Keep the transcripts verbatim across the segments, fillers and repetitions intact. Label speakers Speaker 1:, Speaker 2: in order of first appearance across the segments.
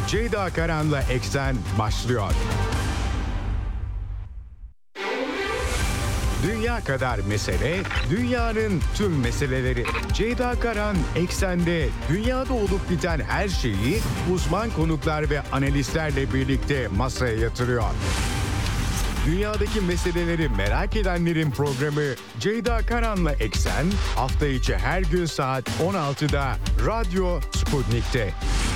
Speaker 1: Ceyda Karan'la Eksen başlıyor. Dünya kadar mesele, dünyanın tüm meseleleri. Ceyda Karan Eksen'de dünyada olup biten her şeyi uzman konuklar ve analistlerle birlikte masaya yatırıyor. Dünyadaki meseleleri merak edenlerin programı Ceyda Karan'la Eksen hafta içi her gün saat on altıda Radyo Sputnik'te.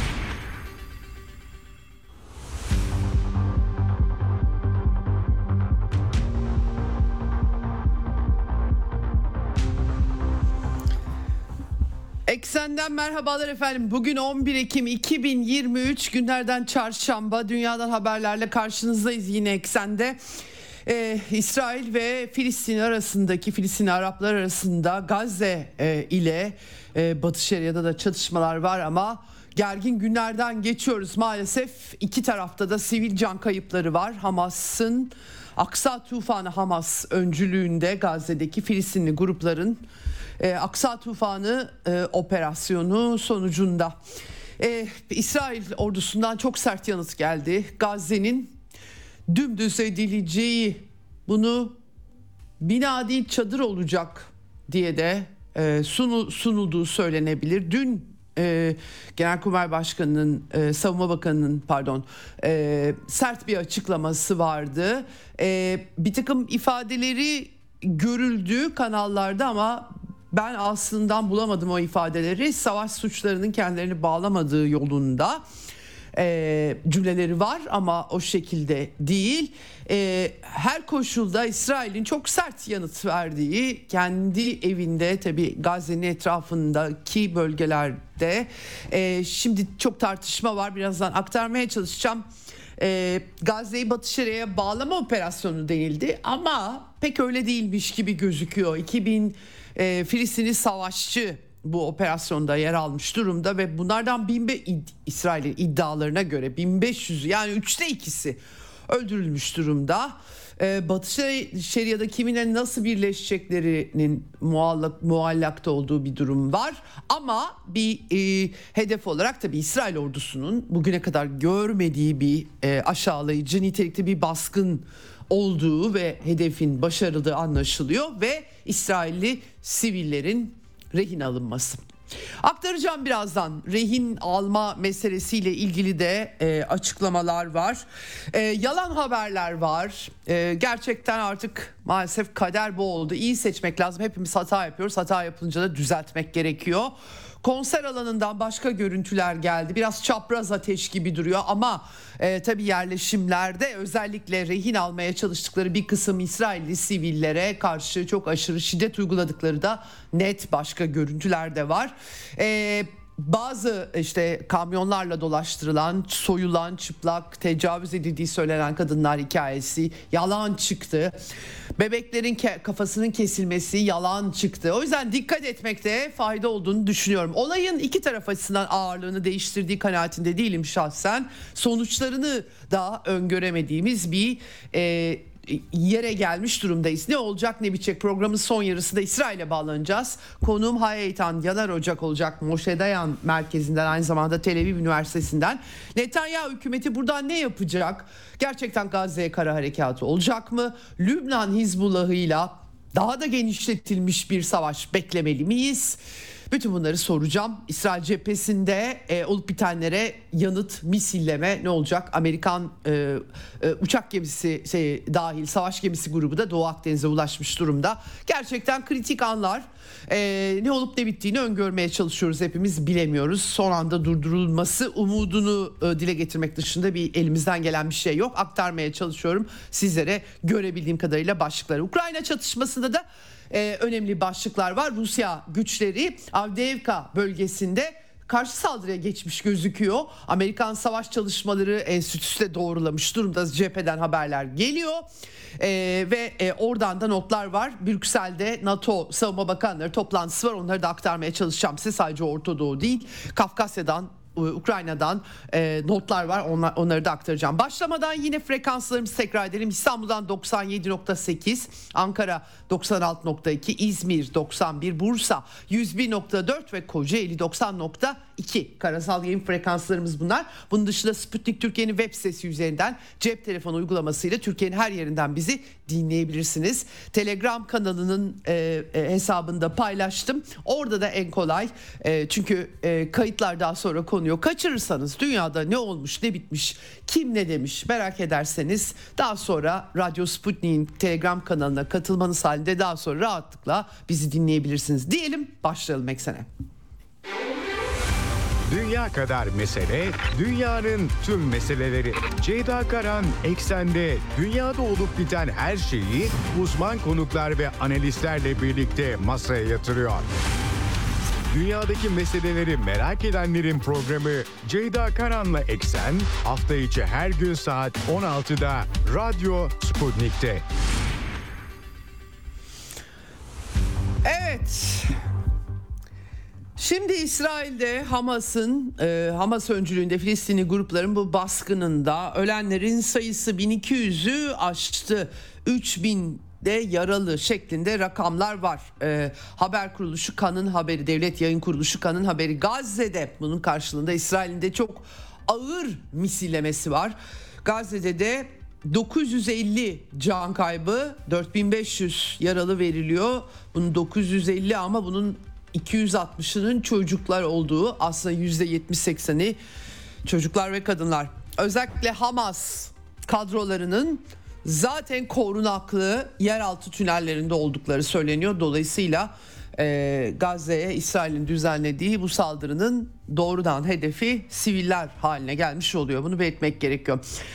Speaker 2: Eksenden merhabalar efendim. Bugün on bir Ekim iki bin yirmi üç günlerden çarşamba. Dünyadan haberlerle karşınızdayız yine Eksende. Ee, İsrail ve Filistin arasındaki, Filistin Araplar arasında Gazze e, ile e, Batı Şeria'da da çatışmalar var ama gergin günlerden geçiyoruz maalesef. İki tarafta da sivil can kayıpları var. Hamas'ın Aksa Tufanı Hamas öncülüğünde Gazze'deki Filistinli grupların e, Aksa Tufanı e, operasyonu sonucunda e, İsrail ordusundan çok sert yanıt geldi. Gazze'nin dümdüz edileceği, bunu bina değil çadır olacak diye de e, sunu, sunulduğu söylenebilir. Dün e, Genelkurmay Başkanı'nın, e, Savunma Bakanı'nın pardon e, sert bir açıklaması vardı. E, bir takım ifadeleri görüldü kanallarda ama ben aslında bulamadım o ifadeleri. Savaş suçlarının kendilerini bağlamadığı yolunda E, cümleleri var ama o şekilde değil. E, her koşulda İsrail'in çok sert yanıt verdiği, kendi evinde tabii Gazze'nin etrafındaki bölgelerde e, şimdi çok tartışma var, birazdan aktarmaya çalışacağım. E, Gazze'yi Batı Şeria'ya bağlama operasyonu denildi ama pek öyle değilmiş gibi gözüküyor. iki bin e, Filistinli savaşçı bu operasyonda yer almış durumda ve bunlardan bin be- İsrail'in iddialarına göre bin beş yüz, yani üçte ikisi öldürülmüş durumda. Ee, Batı Şeria'da kiminle nasıl birleşeceklerinin muallak, muallakta olduğu bir durum var. Ama bir e, hedef olarak tabii İsrail ordusunun bugüne kadar görmediği bir e, aşağılayıcı nitelikte bir baskın olduğu ve hedefin başarılı anlaşılıyor ve İsrailli sivillerin rehin alınması. Aktaracağım birazdan. Rehin alma meselesiyle ilgili de e, açıklamalar var. E, yalan haberler var. E, gerçekten artık maalesef kader bu oldu. İyi seçmek lazım. Hepimiz hata yapıyoruz. Hata yapınca da düzeltmek gerekiyor. Konser alanından başka görüntüler geldi. Biraz çapraz ateş gibi duruyor ama e, tabii yerleşimlerde özellikle rehin almaya çalıştıkları bir kısım İsrailli sivillere karşı çok aşırı şiddet uyguladıkları da net başka görüntüler de var. E, Bazı işte kamyonlarla dolaştırılan, soyulan, çıplak, tecavüz edildiği söylenen kadınlar hikayesi yalan çıktı. Bebeklerin ke- kafasının kesilmesi yalan çıktı. O yüzden dikkat etmekte fayda olduğunu düşünüyorum. Olayın iki taraf açısından ağırlığını değiştirdiği kanaatinde değilim şahsen. Sonuçlarını da öngöremediğimiz bir e, yere gelmiş durumdayız. Ne olacak ne bitecek? Programın son yarısında İsrail'e bağlanacağız. Konuğum Hayeytan Yanar Ocak olacak. Moshe Dayan merkezinden, aynı zamanda Tel Aviv Üniversitesi'nden. Netanyahu hükümeti buradan ne yapacak? Gerçekten Gazze'ye kara harekatı olacak mı? Lübnan Hizbullah'ıyla daha da genişletilmiş bir savaş beklemeli miyiz? Bütün bunları soracağım. İsrail cephesinde e, olup bitenlere yanıt, misilleme ne olacak? Amerikan e, e, uçak gemisi şey, dahil savaş gemisi grubu da Doğu Akdeniz'e ulaşmış durumda. Gerçekten kritik anlar. E, ne olup ne bittiğini öngörmeye çalışıyoruz, hepimiz bilemiyoruz. Son anda durdurulması umudunu e, dile getirmek dışında bir elimizden gelen bir şey yok. Aktarmaya çalışıyorum sizlere görebildiğim kadarıyla başlıkları. Ukrayna çatışmasında da Ee, önemli başlıklar var. Rusya güçleri Avdiivka bölgesinde karşı saldırıya geçmiş gözüküyor. Amerikan Savaş Çalışmaları Enstitüsü de doğrulamış durumda. Cepheden haberler geliyor. Ee, ve e, oradan da notlar var. Brüksel'de NATO Savunma Bakanları toplantısı var. Onları da aktarmaya çalışacağım size. Sadece Orta Doğu değil, Kafkasya'dan Ukrayna'dan e, notlar var. Onlar, onları da aktaracağım. Başlamadan yine frekanslarımızı tekrar edelim. İstanbul'dan doksan yedi nokta sekiz, Ankara doksan altı nokta iki, İzmir doksan bir, Bursa yüz bir nokta dört ve Kocaeli doksan nokta iki. Karasal yayın frekanslarımız bunlar. Bunun dışında Sputnik Türkiye'nin web sitesi üzerinden cep telefonu uygulamasıyla Türkiye'nin her yerinden bizi dinleyebilirsiniz. Telegram kanalının e, e, hesabında paylaştım. Orada da en kolay. E, çünkü e, kayıtlar daha sonra konuyor. Kaçırırsanız dünyada ne olmuş, ne bitmiş, kim ne demiş merak ederseniz daha sonra Radyo Sputnik'in Telegram kanalına katılmanız halinde daha sonra rahatlıkla bizi dinleyebilirsiniz. Diyelim başlayalım Eksen'e.
Speaker 1: Dünya kadar mesele, dünyanın tüm meseleleri. Ceyda Karan Eksen'de dünyada olup biten her şeyi uzman konuklar ve analistlerle birlikte masaya yatırıyor. Dünyadaki meseleleri merak edenlerin programı Ceyda Karan'la Eksen hafta içi her gün saat on altıda Radyo Sputnik'te.
Speaker 2: Evet. Şimdi İsrail'de Hamas'ın e, Hamas öncülüğünde Filistinli grupların bu baskınında ölenlerin sayısı bin iki yüzü aştı. üç bin de yaralı şeklinde rakamlar var. E, haber kuruluşu Kan'ın haberi, devlet yayın kuruluşu Kan'ın haberi. Gazze'de bunun karşılığında İsrail'in de çok ağır misillemesi var. Gazze'de de dokuz yüz elli can kaybı, dört bin beş yüz yaralı veriliyor. Bunun dokuz yüz elli ama bunun iki yüz altmışının çocuklar olduğu, aslında yüzde yetmiş sekseni çocuklar ve kadınlar. Özellikle Hamas kadrolarının zaten korunaklı yeraltı tünellerinde oldukları söyleniyor. Dolayısıyla e, Gazze'ye İsrail'in düzenlediği bu saldırının doğrudan hedefi siviller haline gelmiş oluyor. Bunu belirtmek gerekiyor.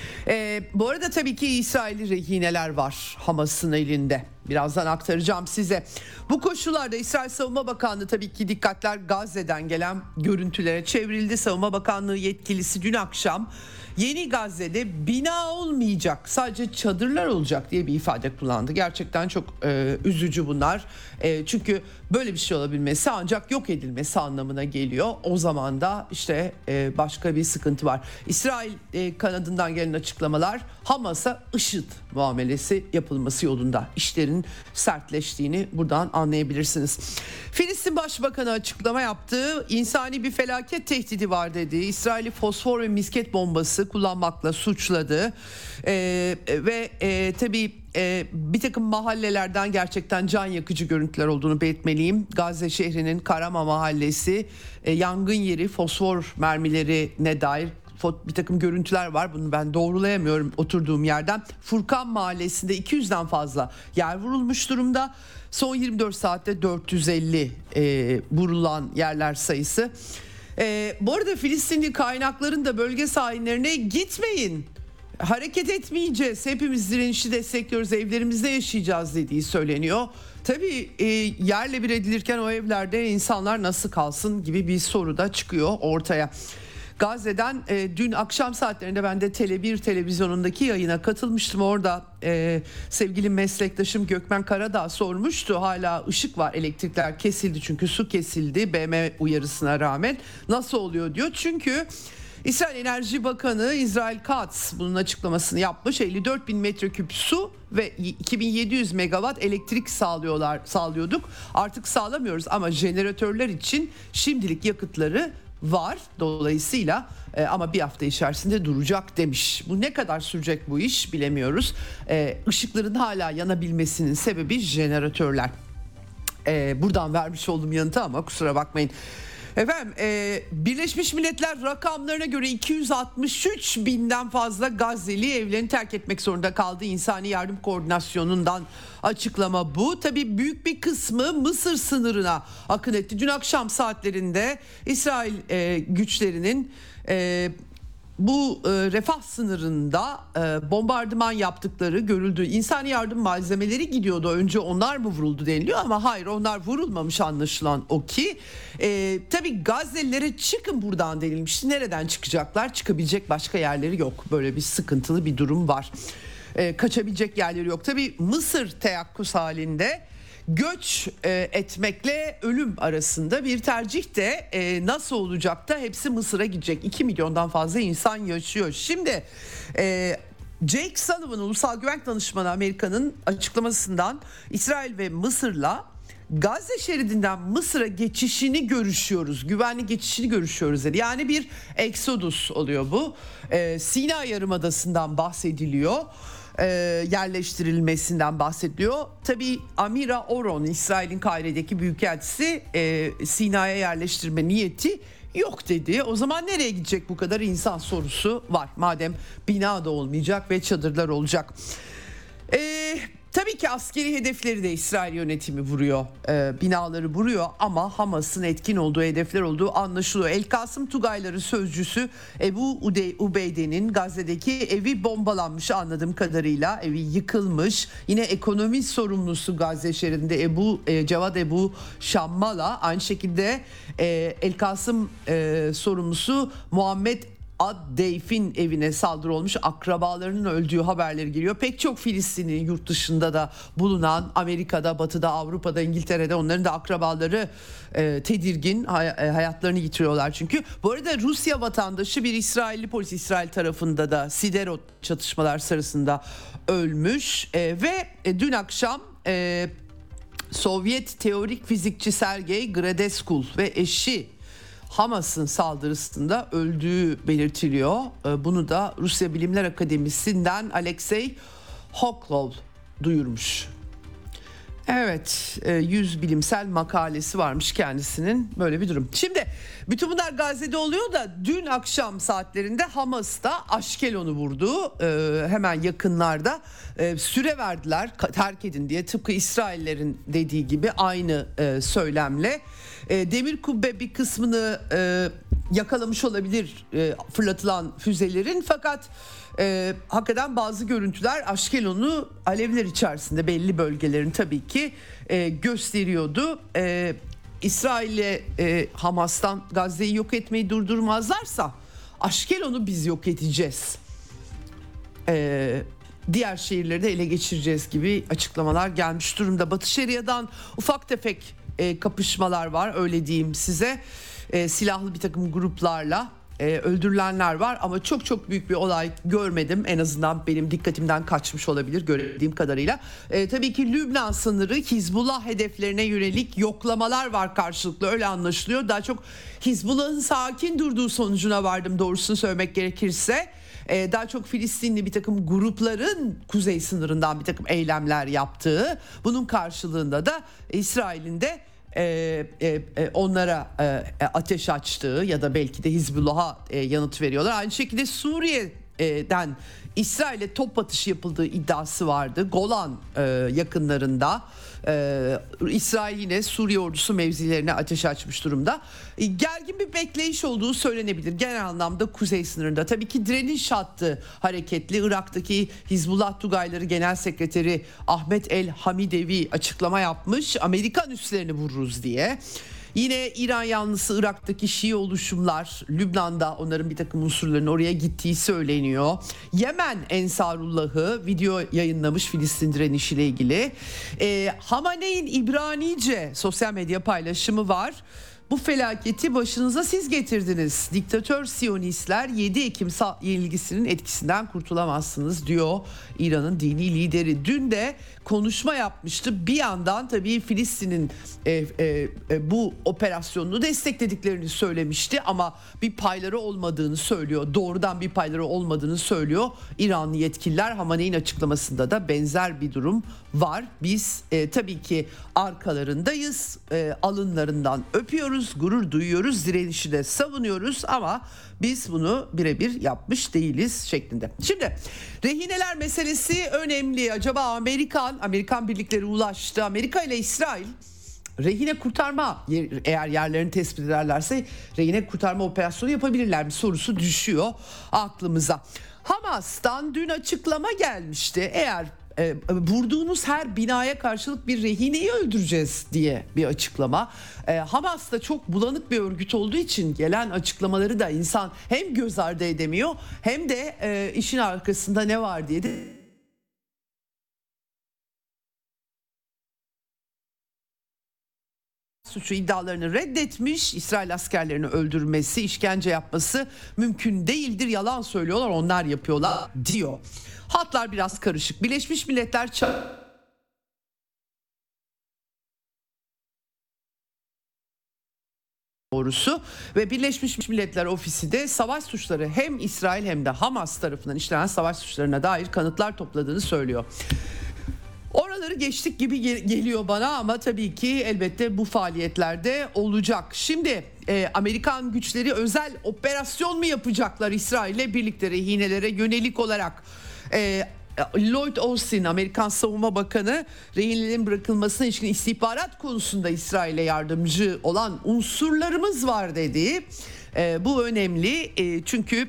Speaker 2: E, bu arada tabii ki İsrail'i rehineler var Hamas'ın elinde. Birazdan aktaracağım size. Bu koşullarda İsrail Savunma Bakanlığı tabii ki dikkatler Gazze'den gelen görüntülere çevrildi. Savunma Bakanlığı yetkilisi dün akşam Yeni Gazze'de bina olmayacak, sadece çadırlar olacak diye bir ifade kullandı. Gerçekten çok e, üzücü bunlar. E, çünkü böyle bir şey olabilmesi ancak yok edilmesi anlamına geliyor. O zaman da işte e, başka bir sıkıntı var. İsrail e, kanadından gelen açıklamalar Hamas'a IŞİD muamelesi yapılması yolunda. İşlerin sertleştiğini buradan anlayabilirsiniz. Filistin Başbakanı açıklama yaptı. İnsani bir felaket tehdidi var dedi. İsrail'i fosfor ve misket bombası kullanmakla suçladı. Ee, ve e, tabii e, bir takım mahallelerden gerçekten can yakıcı görüntüler olduğunu belirtmeliyim. Gazze şehrinin Karama mahallesi e, yangın yeri, fosfor mermilerine dair bir takım görüntüler var. Bunu ben doğrulayamıyorum oturduğum yerden. Furkan Mahallesi'nde iki yüzden fazla yer vurulmuş durumda. Son yirmi dört saatte dört yüz elli e, vurulan yerler sayısı. E, bu arada Filistinli kaynakların da bölge sahinlerine gitmeyin, hareket etmeyeceğiz, hepimiz direnişi destekliyoruz, evlerimizde yaşayacağız dediği söyleniyor. Tabii e, yerle bir edilirken o evlerde insanlar nasıl kalsın gibi bir soru da çıkıyor ortaya. Gazze'den e, dün akşam saatlerinde ben de Tele bir televizyonundaki yayına katılmıştım. Orada e, sevgili meslektaşım Gökmen Karadağ sormuştu. Hala ışık var, elektrikler kesildi çünkü su kesildi B M uyarısına rağmen. Nasıl oluyor diyor. Çünkü İsrail Enerji Bakanı İsrail Katz bunun açıklamasını yapmış. elli dört bin metreküp su ve iki bin yedi yüz megawatt elektrik sağlıyorlar, sağlıyorduk. Artık sağlamıyoruz ama jeneratörler için şimdilik yakıtları var. Dolayısıyla e, ama bir hafta içerisinde duracak demiş. Bu ne kadar sürecek bu iş bilemiyoruz. E, ışıkların hala yanabilmesinin sebebi jeneratörler. E, buradan vermiş olduğum yanıtı ama kusura bakmayın. Efendim e, Birleşmiş Milletler rakamlarına göre iki yüz altmış üç binden fazla Gazze'li evlerini terk etmek zorunda kaldı. İnsani Yardım Koordinasyonu'ndan açıklama bu. Tabii büyük bir kısmı Mısır sınırına akın etti. Dün akşam saatlerinde İsrail e, güçlerinin e, bu e, Refah sınırında e, bombardıman yaptıkları görüldü. İnsani yardım malzemeleri gidiyordu. Önce onlar mı vuruldu deniliyor ama hayır, onlar vurulmamış anlaşılan o ki. E, tabii Gazze'lilere çıkın buradan denilmişti. Nereden çıkacaklar? Çıkabilecek başka yerleri yok. Böyle bir sıkıntılı bir durum var. E, kaçabilecek yerleri yok. Tabii Mısır teyakkuz halinde. göç e, etmekle ölüm arasında bir tercih de e, nasıl olacak da hepsi Mısır'a gidecek. iki milyondan fazla insan yaşıyor. Şimdi e, Jake Sullivan, Ulusal Güvenlik Danışmanı Amerika'nın açıklamasından İsrail ve Mısır'la Gazze şeridinden Mısır'a geçişini görüşüyoruz. Güvenli geçişini görüşüyoruz dedi. Yani bir eksodus oluyor bu. Ee, Sina Yarımadası'ndan bahsediliyor. Ee, yerleştirilmesinden bahsediliyor. Tabii Amira Oron, İsrail'in Kahire'deki büyükelçisi, e, Sina'ya yerleştirme niyeti yok dedi. O zaman nereye gidecek bu kadar insan sorusu var. Madem bina da olmayacak ve çadırlar olacak. Eee... Tabii ki askeri hedefleri de İsrail yönetimi vuruyor, e, binaları vuruyor ama Hamas'ın etkin olduğu hedefler olduğu anlaşılıyor. El Kasım Tugayları sözcüsü Ebu Ubeyde'nin Gazze'deki evi bombalanmış anladığım kadarıyla, evi yıkılmış. Yine ekonomi sorumlusu Gazze şeridinde Ebu e, Cevad Ebu Şammala, aynı şekilde e, El Kasım e, sorumlusu Muhammed Ad-Deyf'in evine saldırı olmuş, akrabalarının öldüğü haberleri geliyor. Pek çok Filistinli yurt dışında da bulunan, Amerika'da, Batı'da, Avrupa'da, İngiltere'de, onların da akrabaları e, tedirgin, hay- hayatlarını yitiriyorlar çünkü. Bu arada Rusya vatandaşı bir İsrailli polis İsrail tarafında da Siderot çatışmalar sırasında ölmüş e, ve e, dün akşam e, Sovyet teorik fizikçi Sergey Gradeskul ve eşi Hamas'ın saldırısında öldüğü belirtiliyor. Bunu da Rusya Bilimler Akademisi'nden Alexey Hoklov duyurmuş. Evet, yüz bilimsel makalesi varmış kendisinin, böyle bir durum. Şimdi bütün bunlar Gazze'de oluyor da dün akşam saatlerinde Hamas'ta Aşkelon'u vurdu. Ee, hemen yakınlarda e, süre verdiler terk edin diye, tıpkı İsraillerin dediği gibi aynı e, söylemle. E, demir kubbe bir kısmını e, yakalamış olabilir e, fırlatılan füzelerin, fakat e, hakikaten bazı görüntüler Aşkelon'u alevler içerisinde belli bölgelerin tabii ki e, gösteriyordu. E, İsrail'e e, Hamas'tan Gazze'yi yok etmeyi durdurmazlarsa Aşkelon'u biz yok edeceğiz. E, diğer şehirleri de ele geçireceğiz gibi açıklamalar gelmiş durumda. Batı Şeria'dan ufak tefek e, kapışmalar var, öyle diyeyim size. E, silahlı bir takım gruplarla e, öldürülenler var ama çok çok büyük bir olay görmedim. En azından benim dikkatimden kaçmış olabilir görebildiğim kadarıyla. E, tabii ki Lübnan sınırı Hizbullah hedeflerine yönelik yoklamalar var karşılıklı, öyle anlaşılıyor. Daha çok Hizbullah'ın sakin durduğu sonucuna vardım doğrusunu söylemek gerekirse. Ee, daha çok Filistinli bir takım grupların kuzey sınırından bir takım eylemler yaptığı, bunun karşılığında da İsrail'in de e, e, e, onlara e, ateş açtığı ya da belki de Hizbullah'a e, yanıt veriyorlar. Aynı şekilde Suriye'den İsrail'e top atışı yapıldığı iddiası vardı Golan e, yakınlarında. Ee, İsrail yine Suriye ordusu mevzilerine ateş açmış durumda. Ee, gergin bir bekleyiş olduğu söylenebilir genel anlamda kuzey sınırında. Tabii ki direniş hattı hareketli. Irak'taki Hizbullah Tugayları Genel Sekreteri Ahmet El Hamidevi açıklama yapmış. Amerikan üslerini vururuz diye. Yine İran yanlısı Irak'taki Şii oluşumlar, Lübnan'da onların bir takım unsurların oraya gittiği söyleniyor. Yemen Ensarullah'ı video yayınlamış Filistin direnişiyle ilgili. E, Hamaney'in İbranice sosyal medya paylaşımı var. Bu felaketi başınıza siz getirdiniz. Diktatör Siyonistler yedi Ekim yenilgisinin etkisinden kurtulamazsınız diyor İran'ın dini lideri. Dün de konuşma yapmıştı. Bir yandan tabii Filistin'in e, e, e, bu operasyonunu desteklediklerini söylemişti ama bir payları olmadığını söylüyor. Doğrudan bir payları olmadığını söylüyor İranlı yetkililer. Hamaney'in açıklamasında da benzer bir durum var. Biz e, tabii ki arkalarındayız. E, alınlarından öpüyoruz, gurur duyuyoruz, direnişi de savunuyoruz ama biz bunu birebir yapmış değiliz şeklinde. Şimdi rehineler meselesi önemli. Acaba Amerikan, Amerikan birlikleri ulaştı. Amerika ile İsrail rehine kurtarma, eğer yerlerini tespit ederlerse rehine kurtarma operasyonu yapabilirler mi sorusu düşüyor aklımıza. Hamas'tan dün açıklama gelmişti. Eğer E, vurduğunuz her binaya karşılık bir rehineyi öldüreceğiz diye bir açıklama. E, Hamas da çok bulanık bir örgüt olduğu için gelen açıklamaları da insan hem göz ardı edemiyor hem de e, işin arkasında ne var diye de suçu iddialarını reddetmiş. İsrail askerlerini öldürmesi, işkence yapması mümkün değildir. Yalan söylüyorlar, onlar yapıyorlar diyor. Hatlar biraz karışık. Birleşmiş Milletler ça- doğrusu ve Birleşmiş Milletler Ofisi de savaş suçları hem İsrail hem de Hamas tarafından işlenen savaş suçlarına dair kanıtlar topladığını söylüyor. Oraları geçtik gibi geliyor bana ama tabii ki elbette bu faaliyetlerde olacak. Şimdi e, Amerikan güçleri özel operasyon mu yapacaklar İsrail'le birlikte rehinelere yönelik olarak? E, Lloyd Austin, Amerikan Savunma Bakanı, rehinelerin bırakılmasına ilişkin istihbarat konusunda İsrail'e yardımcı olan unsurlarımız var dedi. E, bu önemli e, çünkü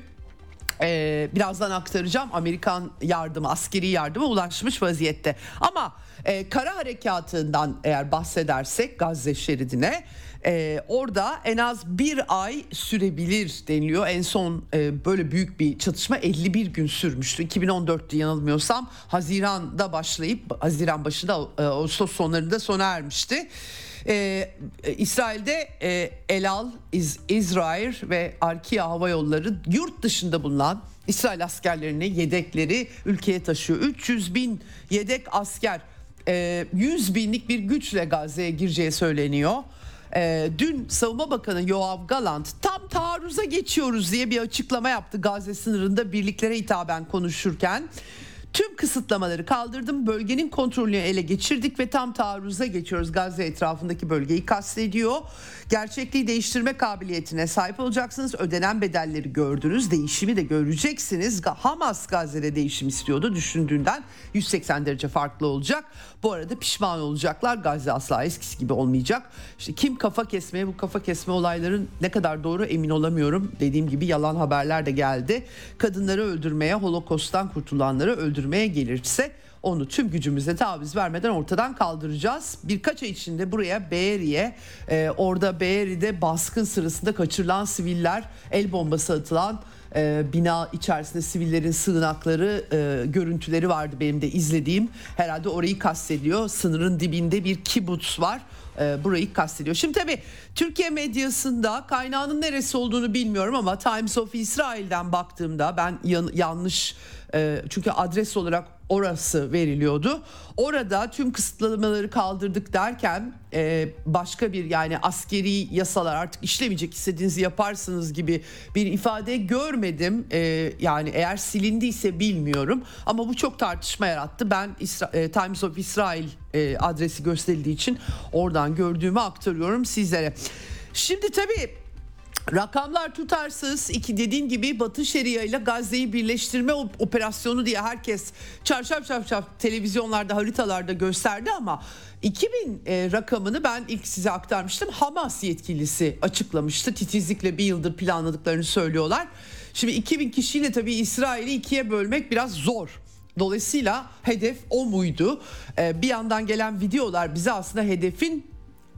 Speaker 2: Ee, birazdan aktaracağım, Amerikan yardımı, askeri yardıma ulaşmış vaziyette. Ama e, kara harekatından eğer bahsedersek Gazze şeridine, e, orada en az bir ay sürebilir deniliyor. En son e, böyle büyük bir çatışma elli bir gün sürmüştü. iki bin on dörtte yanılmıyorsam Haziran'da başlayıp Haziran başında e, Ağustos sonlarında sona ermişti. Ee, İsrail'de e, El Al, İz, İsrail ve Arkia Hava Yolları yurt dışında bulunan İsrail askerlerini, yedekleri ülkeye taşıyor. üç yüz bin yedek asker, e, yüz binlik bir güçle Gazze'ye gireceği söyleniyor. E, dün Savunma Bakanı Yoav Gallant tam taarruza geçiyoruz diye bir açıklama yaptı Gazze sınırında birliklere hitaben konuşurken. Tüm kısıtlamaları kaldırdım, bölgenin kontrolünü ele geçirdik ve tam taarruza geçiyoruz. Gazze etrafındaki bölgeyi kastediyor. Gerçekliği değiştirme kabiliyetine sahip olacaksınız. Ödenen bedelleri gördünüz, değişimi de göreceksiniz. Hamas Gazze'de değişim istiyordu, düşündüğünden yüz seksen derece farklı olacak. Bu arada pişman olacaklar, Gazze asla eskisi gibi olmayacak. İşte kim kafa kesmeye, bu kafa kesme olayların ne kadar doğru emin olamıyorum. Dediğim gibi yalan haberler de geldi. Kadınları öldürmeye, Holokost'tan kurtulanları öldürmeye gelirse onu tüm gücümüze taviz vermeden ortadan kaldıracağız. Birkaç ay içinde buraya Beeri'ye, e, orada Beeri'de baskın sırasında kaçırılan siviller, el bombası atılan e, bina içerisinde sivillerin sığınakları e, görüntüleri vardı benim de izlediğim. Herhalde orayı kastediyor. Sınırın dibinde bir kibuts var. E, burayı kastediyor. Şimdi tabii Türkiye medyasında kaynağının neresi olduğunu bilmiyorum ama Times of Israel'den baktığımda ben yan, yanlış e, çünkü adres olarak orası veriliyordu. Orada tüm kısıtlamaları kaldırdık derken e, başka bir, yani askeri yasalar artık işlemeyecek, istediğinizi yaparsınız gibi bir ifade görmedim. E, yani eğer silindiyse bilmiyorum ama bu çok tartışma yarattı. Ben İsra- e, Times of Israel e, adresi gösterildiği için oradan gördüğümü aktarıyorum sizlere. Şimdi tabii rakamlar tutarsız. İki, dediğin gibi Batı Şeria ile Gazze'yi birleştirme operasyonu diye herkes çarşaf çarşaf televizyonlarda, haritalarda gösterdi ama iki bin e, rakamını ben ilk size aktarmıştım. Hamas yetkilisi açıklamıştı. Titizlikle bir yıldır planladıklarını söylüyorlar. Şimdi iki bin kişiyle tabii İsrail'i ikiye bölmek biraz zor. Dolayısıyla hedef o muydu? E, bir yandan gelen videolar bize aslında hedefin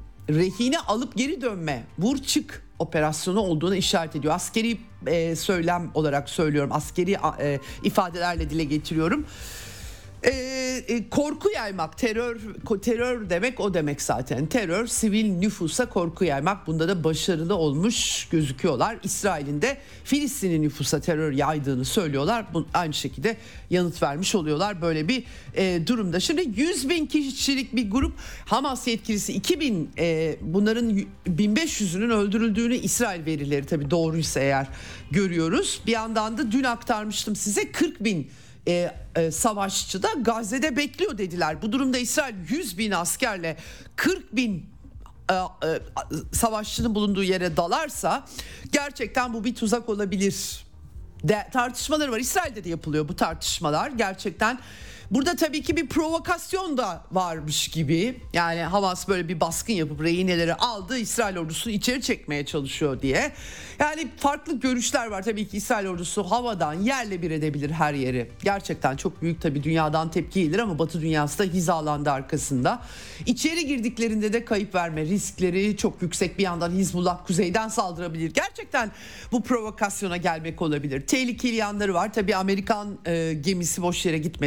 Speaker 2: rehine alıp geri dönme, vur çık operasyonu olduğunu işaret ediyor. Askeri e, söylem olarak söylüyorum. Askeri e, ifadelerle dile getiriyorum. E, e, korku yaymak, terör terör demek o demek zaten. Terör, sivil nüfusa korku yaymak. Bunda da başarılı olmuş gözüküyorlar. İsrail'in de Filistinli nüfusa terör yaydığını söylüyorlar. Bu, aynı şekilde yanıt vermiş oluyorlar böyle bir e, durumda. Şimdi yüz bin kişilik bir grup, Hamas yetkilisi iki bin, e, bunların bin beş yüzünün öldürüldüğünü İsrail verileri tabii doğruysa eğer görüyoruz. Bir yandan da dün aktarmıştım size kırk bin E, e, savaşçı da Gazze'de bekliyor dediler. Bu durumda İsrail yüz bin askerle kırk bin e, e, savaşçının bulunduğu yere dalarsa gerçekten bu bir tuzak olabilir. De, tartışmaları var. İsrail'de de yapılıyor bu tartışmalar. Gerçekten burada tabii ki bir provokasyon da varmış gibi. Yani Hamas böyle bir baskın yapıp rehineleri aldı, İsrail ordusunu içeri çekmeye çalışıyor diye. Yani farklı görüşler var. Tabii ki İsrail ordusu havadan yerle bir edebilir her yeri. Gerçekten çok büyük, tabii dünyadan tepki gelir ama Batı dünyası da hizalandı arkasında. İçeri girdiklerinde de kayıp verme riskleri çok yüksek. Bir yandan Hizbullah kuzeyden saldırabilir. Gerçekten bu provokasyona gelmek olabilir. Tehlikeli yanları var. Tabii Amerikan e, gemisi boş yere gitmedi. Onlar da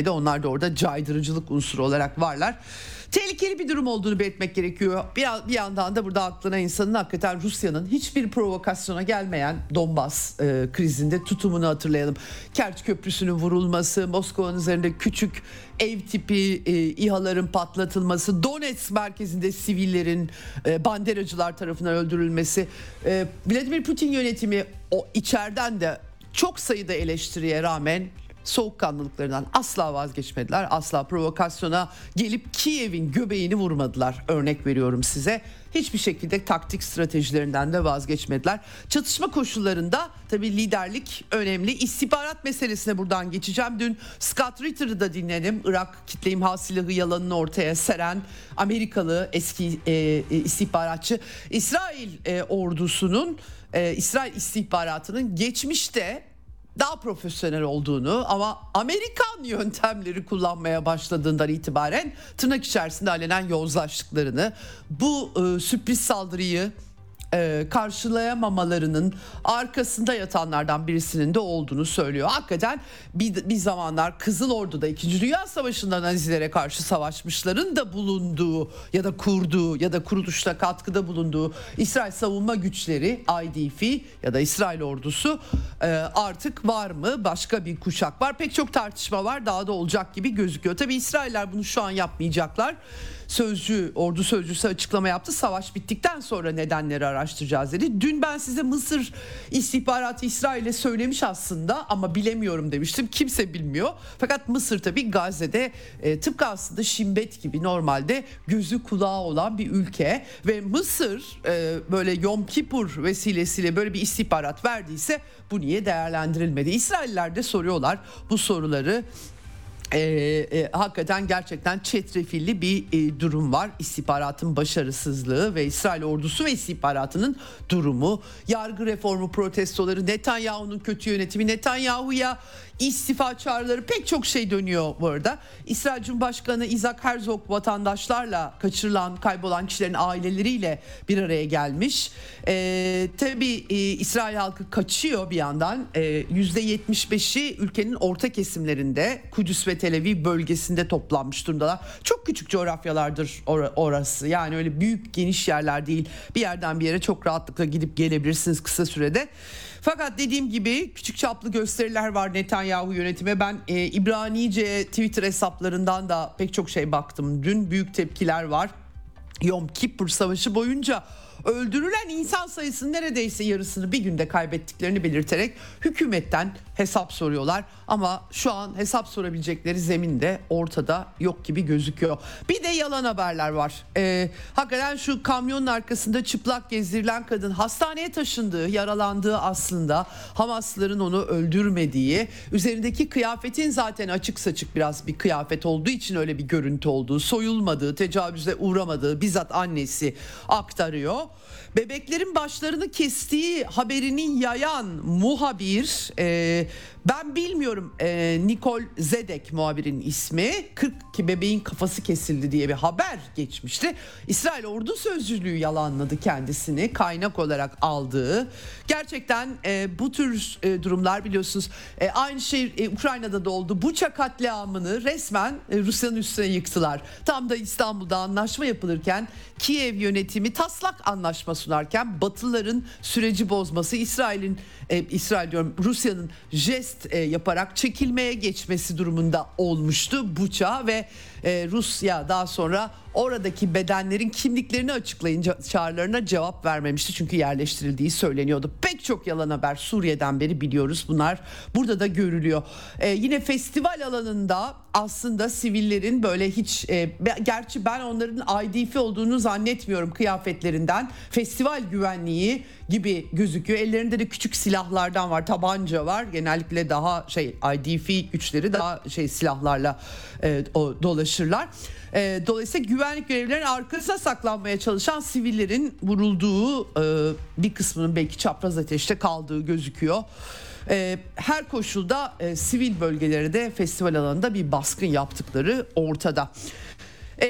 Speaker 2: orada caydırıcılık unsuru olarak varlar. Tehlikeli bir durum olduğunu belirtmek gerekiyor. Bir, bir yandan da burada aklına insanın hakikaten Rusya'nın hiçbir provokasyona gelmeyen Donbas e, krizinde tutumunu hatırlayalım. Kerç Köprüsü'nün vurulması, Moskova'nın üzerinde küçük ev tipi e, İHA'ların patlatılması, Donetsk merkezinde sivillerin e, banderacılar tarafından öldürülmesi, e, Vladimir Putin yönetimi o içeriden de çok sayıda eleştiriye rağmen soğukkanlılıklarından asla vazgeçmediler. Asla provokasyona gelip Kiev'in göbeğini vurmadılar. Örnek veriyorum size. Hiçbir şekilde taktik stratejilerinden de vazgeçmediler. Çatışma koşullarında tabii liderlik önemli. İstihbarat meselesine buradan geçeceğim. Dün Scott Ritter'ı da dinledim. Irak kitle imha silahı yalanını ortaya seren Amerikalı eski e, e, istihbaratçı. İsrail e, ordusunun, e, İsrail istihbaratının geçmişte daha profesyonel olduğunu ama Amerikan yöntemleri kullanmaya başladığından itibaren tırnak içerisinde alenen yozlaştıklarını, bu e, sürpriz saldırıyı e, karşılayamamalarının arkasında yatanlardan birisinin de olduğunu söylüyor. Hakikaten bir, bir zamanlar Kızıl Ordu'da İkinci Dünya Savaşı'nda Nazilere karşı savaşmışların da bulunduğu ya da kurduğu ya da kuruluşta katkıda bulunduğu İsrail savunma güçleri I D F ya da İsrail ordusu e, artık var mı? Başka bir kuşak var. Pek çok tartışma var. Daha da olacak gibi gözüküyor. Tabii İsrailler bunu şu an yapmayacaklar. Sözcü, ordu sözcüsü açıklama yaptı. Savaş bittikten sonra nedenleri araştıracağız dedi. Dün ben size Mısır istihbaratı İsrail'e söylemiş aslında ama bilemiyorum demiştim. Kimse bilmiyor. Fakat Mısır tabii Gazze'de e, tıpkı aslında Şimbet gibi normalde gözü kulağı olan bir ülke ve Mısır e, böyle Yom Kippur vesilesiyle böyle bir istihbarat verdiyse bu niye değerlendirilmedi? İsrailler de soruyorlar bu soruları. Ee, e, hakikaten gerçekten çetrefilli bir e, durum var. İstihbaratın başarısızlığı ve İsrail ordusu ve istihbaratının durumu, yargı reformu protestoları, Netanyahu'nun kötü yönetimi, Netanyahu'ya istifa çağrıları, pek çok şey dönüyor bu arada. İsrail Cumhurbaşkanı Isaac Herzog vatandaşlarla, kaçırılan, kaybolan kişilerin aileleriyle bir araya gelmiş. Ee, tabii e, İsrail halkı kaçıyor bir yandan. Ee, yüzde yetmiş beşi ülkenin orta kesimlerinde, Kudüs ve Tel Aviv bölgesinde toplanmış durumdalar. Çok küçük coğrafyalardır or- orası. Yani öyle büyük geniş yerler değil. Bir yerden bir yere çok rahatlıkla gidip gelebilirsiniz kısa sürede. Fakat dediğim gibi küçük çaplı gösteriler var Netanyahu yönetime. Ben e, İbranice Twitter hesaplarından da pek çok şey baktım. Dün büyük tepkiler var. Yom Kippur Savaşı boyunca öldürülen insan sayısının neredeyse yarısını bir günde kaybettiklerini belirterek hükümetten hesap soruyorlar. Ama şu an hesap sorabilecekleri zemin de ortada yok gibi gözüküyor. Bir de yalan haberler var. Ee, hakikaten şu kamyonun arkasında çıplak gezdirilen kadın hastaneye taşındığı, yaralandığı aslında Hamaslıların onu öldürmediği, üzerindeki kıyafetin zaten açık saçık biraz bir kıyafet olduğu için öyle bir görüntü olduğu, soyulmadığı, tecavüze uğramadığı bizzat annesi aktarıyor. Bebeklerin başlarını kestiği haberini yayan muhabir, e, ben bilmiyorum, e, Nicole Zedek muhabirin ismi, kırk iki bebeğin kafası kesildi diye bir haber geçmişti. İsrail ordu sözcülüğü yalanladı kendisini kaynak olarak aldığı. Gerçekten e, bu tür e, durumlar biliyorsunuz e, aynı şey e, Ukrayna'da da oldu. Buça katliamını resmen e, Rusya'nın üstüne yıktılar. Tam da İstanbul'da anlaşma yapılırken Kiev yönetimi taslak anlaşma sunarken Batılıların süreci bozması, İsrail'in e, İsrail diyorum Rusya'nın jest e, yaparak çekilmeye geçmesi durumunda olmuştu Buça ve e, Rusya daha sonra oradaki bedenlerin kimliklerini açıklayınca çağrılarına cevap vermemişti. Çünkü yerleştirildiği söyleniyordu. Pek çok yalan haber Suriye'den beri biliyoruz. Bunlar burada da görülüyor. Ee, yine festival alanında aslında sivillerin böyle hiç... E, gerçi ben onların I D F olduğunu zannetmiyorum kıyafetlerinden. Festival güvenliği gibi gözüküyor. Ellerinde de küçük silahlardan var. Tabanca var. Genellikle daha şey I D F güçleri daha şey silahlarla e, o, dolaşırlar. E, dolayısıyla güvenlik görevlilerinin arkasına saklanmaya çalışan sivillerin vurulduğu, e, bir kısmının belki çapraz ateşte kaldığı gözüküyor. E, her koşulda e, sivil bölgelerde festival alanında bir baskın yaptıkları ortada. E,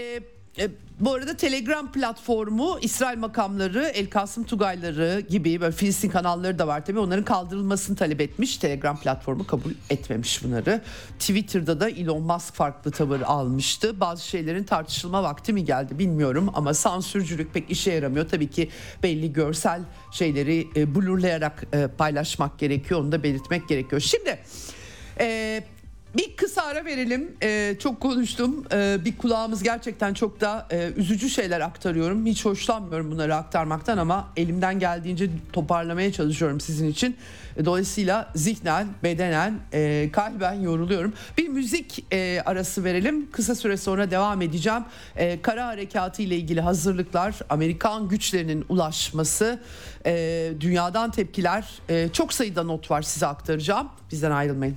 Speaker 2: E, bu arada Telegram platformu İsrail makamları, El Kasım Tugayları gibi böyle Filistin kanalları da var tabii. Onların kaldırılmasını talep etmiş. Telegram platformu kabul etmemiş bunları. Twitter'da da Elon Musk farklı tavır almıştı. Bazı şeylerin tartışılma vakti mi geldi bilmiyorum ama sansürcülük pek işe yaramıyor. Tabii ki belli görsel şeyleri e, blurlayarak e, paylaşmak gerekiyor. Onu da belirtmek gerekiyor. Şimdi e, bir kısa ara verelim. Ee, çok konuştum. Ee, bir kulağımız gerçekten çok da e, üzücü şeyler aktarıyorum. Hiç hoşlanmıyorum bunları aktarmaktan ama elimden geldiğince toparlamaya çalışıyorum sizin için. E, dolayısıyla zihnen, bedenen, e, kalben yoruluyorum. Bir müzik e, arası verelim. Kısa süre sonra devam edeceğim. E, kara harekatı ile ilgili hazırlıklar, Amerikan güçlerinin ulaşması, e, dünyadan tepkiler, e, çok sayıda not var size aktaracağım. Bizden ayrılmayın.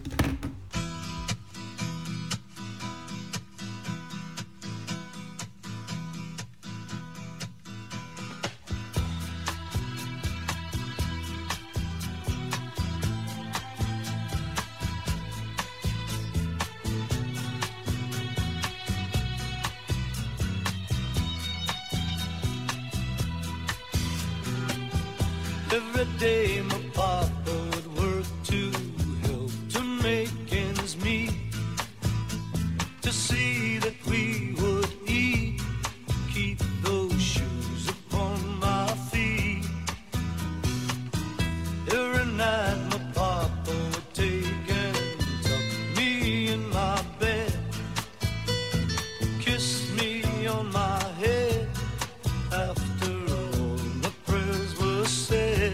Speaker 3: Every day my papa would work to help to make ends meet, to see that we would eat, keep those shoes upon my feet. Every night my papa would take and tuck me in my bed, kiss me on my head after all the prayers were said.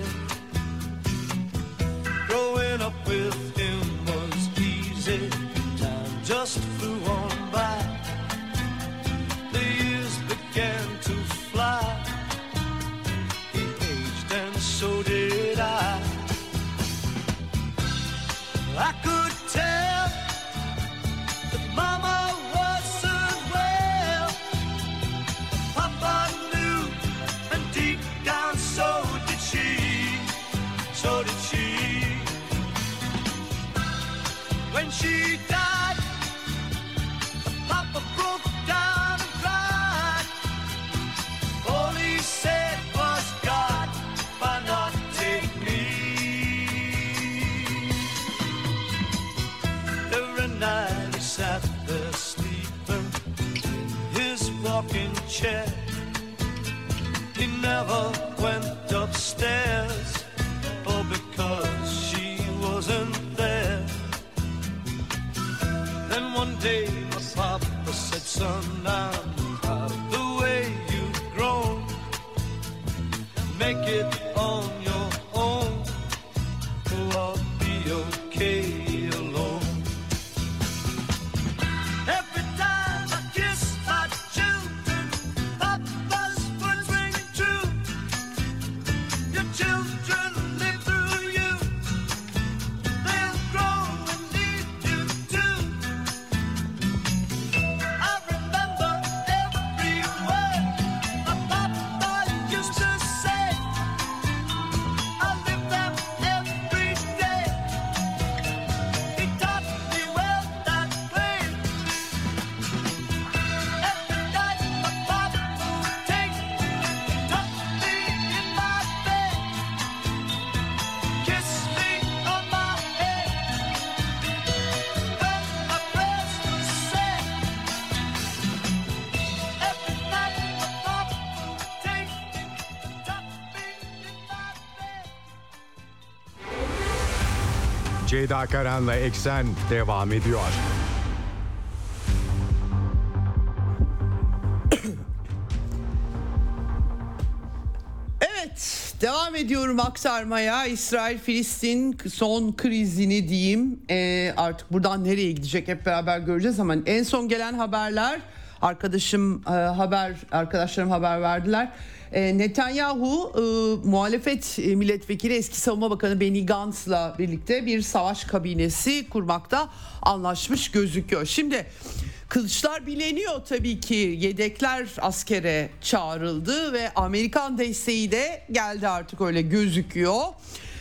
Speaker 3: Growing up with him was easy, time just flew on by. The years began to fly, he aged and so did I. I could tell that Mama wasn't well, Papa knew, and deep down so did she, so did she. When she died, Papa broke down and cried. All he said was, God, why not take me? Every night he sat there sleeping in his rocking chair. He never went upstairs, oh, because she wasn't there. Then one day my papa said, son, I'm proud of the way you've grown. Make it on your own, oh, I'll be okay alone. Every time I kiss my children, Papa's words ring true. Your children live through you, they'll grow and need you too. I remember every word my Papa used to say. I live them every day. He taught me well that way. Every night my Papa would take me, tuck me in my bed, kiss me on my head when my prayers were said. Every night my Papa would take me, tuck me in my bed.
Speaker 1: Ceyda Karan'la Eksen devam ediyor.
Speaker 2: Evet, devam ediyorum aktarmaya. İsrail-Filistin son krizini diyeyim. Ee, artık buradan nereye gidecek hep beraber göreceğiz ama en son gelen haberler, arkadaşım e, haber arkadaşlarım haber verdiler. E, Netanyahu e, muhalefet e, milletvekili eski savunma bakanı Benny Gantz'la birlikte bir savaş kabinesi kurmakta anlaşmış gözüküyor. Şimdi kılıçlar bileniyor tabii ki, yedekler askere çağrıldı ve Amerikan desteği de geldi artık, öyle gözüküyor.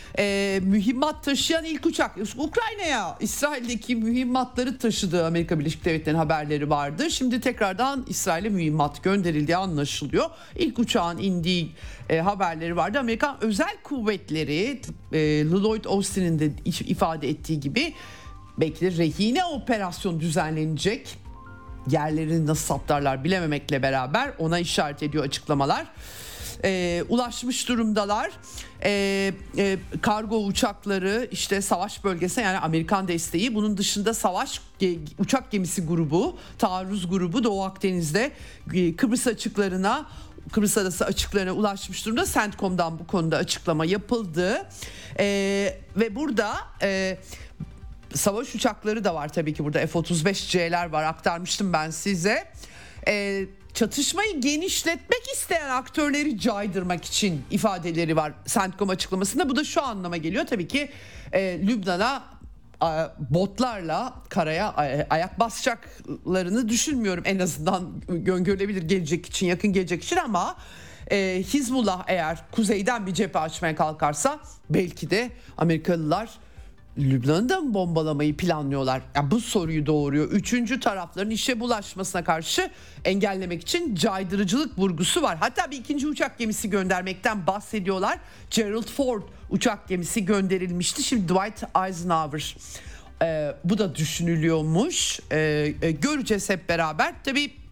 Speaker 2: e, mühimmat taşıyan ilk uçak. Ukrayna'ya İsrail'deki mühimmatları taşıdığı Amerika Birleşik Devletleri'nin haberleri vardı. Şimdi tekrardan İsrail'e mühimmat gönderildiği anlaşılıyor. İlk uçağın indiği e, haberleri vardı. Amerikan özel kuvvetleri e, Lloyd Austin'in de ifade ettiği gibi belki de rehine operasyon düzenlenecek. Yerlerini nasıl saptarlar bilememekle beraber ona işaret ediyor açıklamalar. Ee, ulaşmış durumdalar. Ee, e, kargo uçakları işte savaş bölgesine, yani Amerikan desteği, bunun dışında savaş ge- uçak gemisi grubu, taarruz grubu Doğu Akdeniz'de e, Kıbrıs açıklarına Kıbrıs Adası açıklarına ulaşmış durumda. CENTCOM'dan bu konuda açıklama yapıldı. Ee, ve burada e, savaş uçakları da var tabii ki, burada F otuz beş C'ler var, aktarmıştım ben size. Ee, çatışmayı genişletmek isteyen aktörleri caydırmak için ifadeleri var CENTCOM açıklamasında. Bu da şu anlama geliyor tabii ki, e, Lübnan'a e, botlarla karaya e, ayak basacaklarını düşünmüyorum, en azından öngörülebilir gelecek için, yakın gelecek için, ama e, Hizbullah eğer kuzeyden bir cephe açmaya kalkarsa belki de Amerikalılar Lübnan'ı da mı bombalamayı planlıyorlar? Yani bu soruyu doğuruyor. Üçüncü tarafların işe bulaşmasına karşı engellemek için caydırıcılık vurgusu var. Hatta bir ikinci uçak gemisi göndermekten bahsediyorlar. Gerald Ford uçak gemisi gönderilmişti. Şimdi Dwight Eisenhower. Ee, bu da düşünülüyormuş. Ee, e, göreceğiz hep beraber. Tabii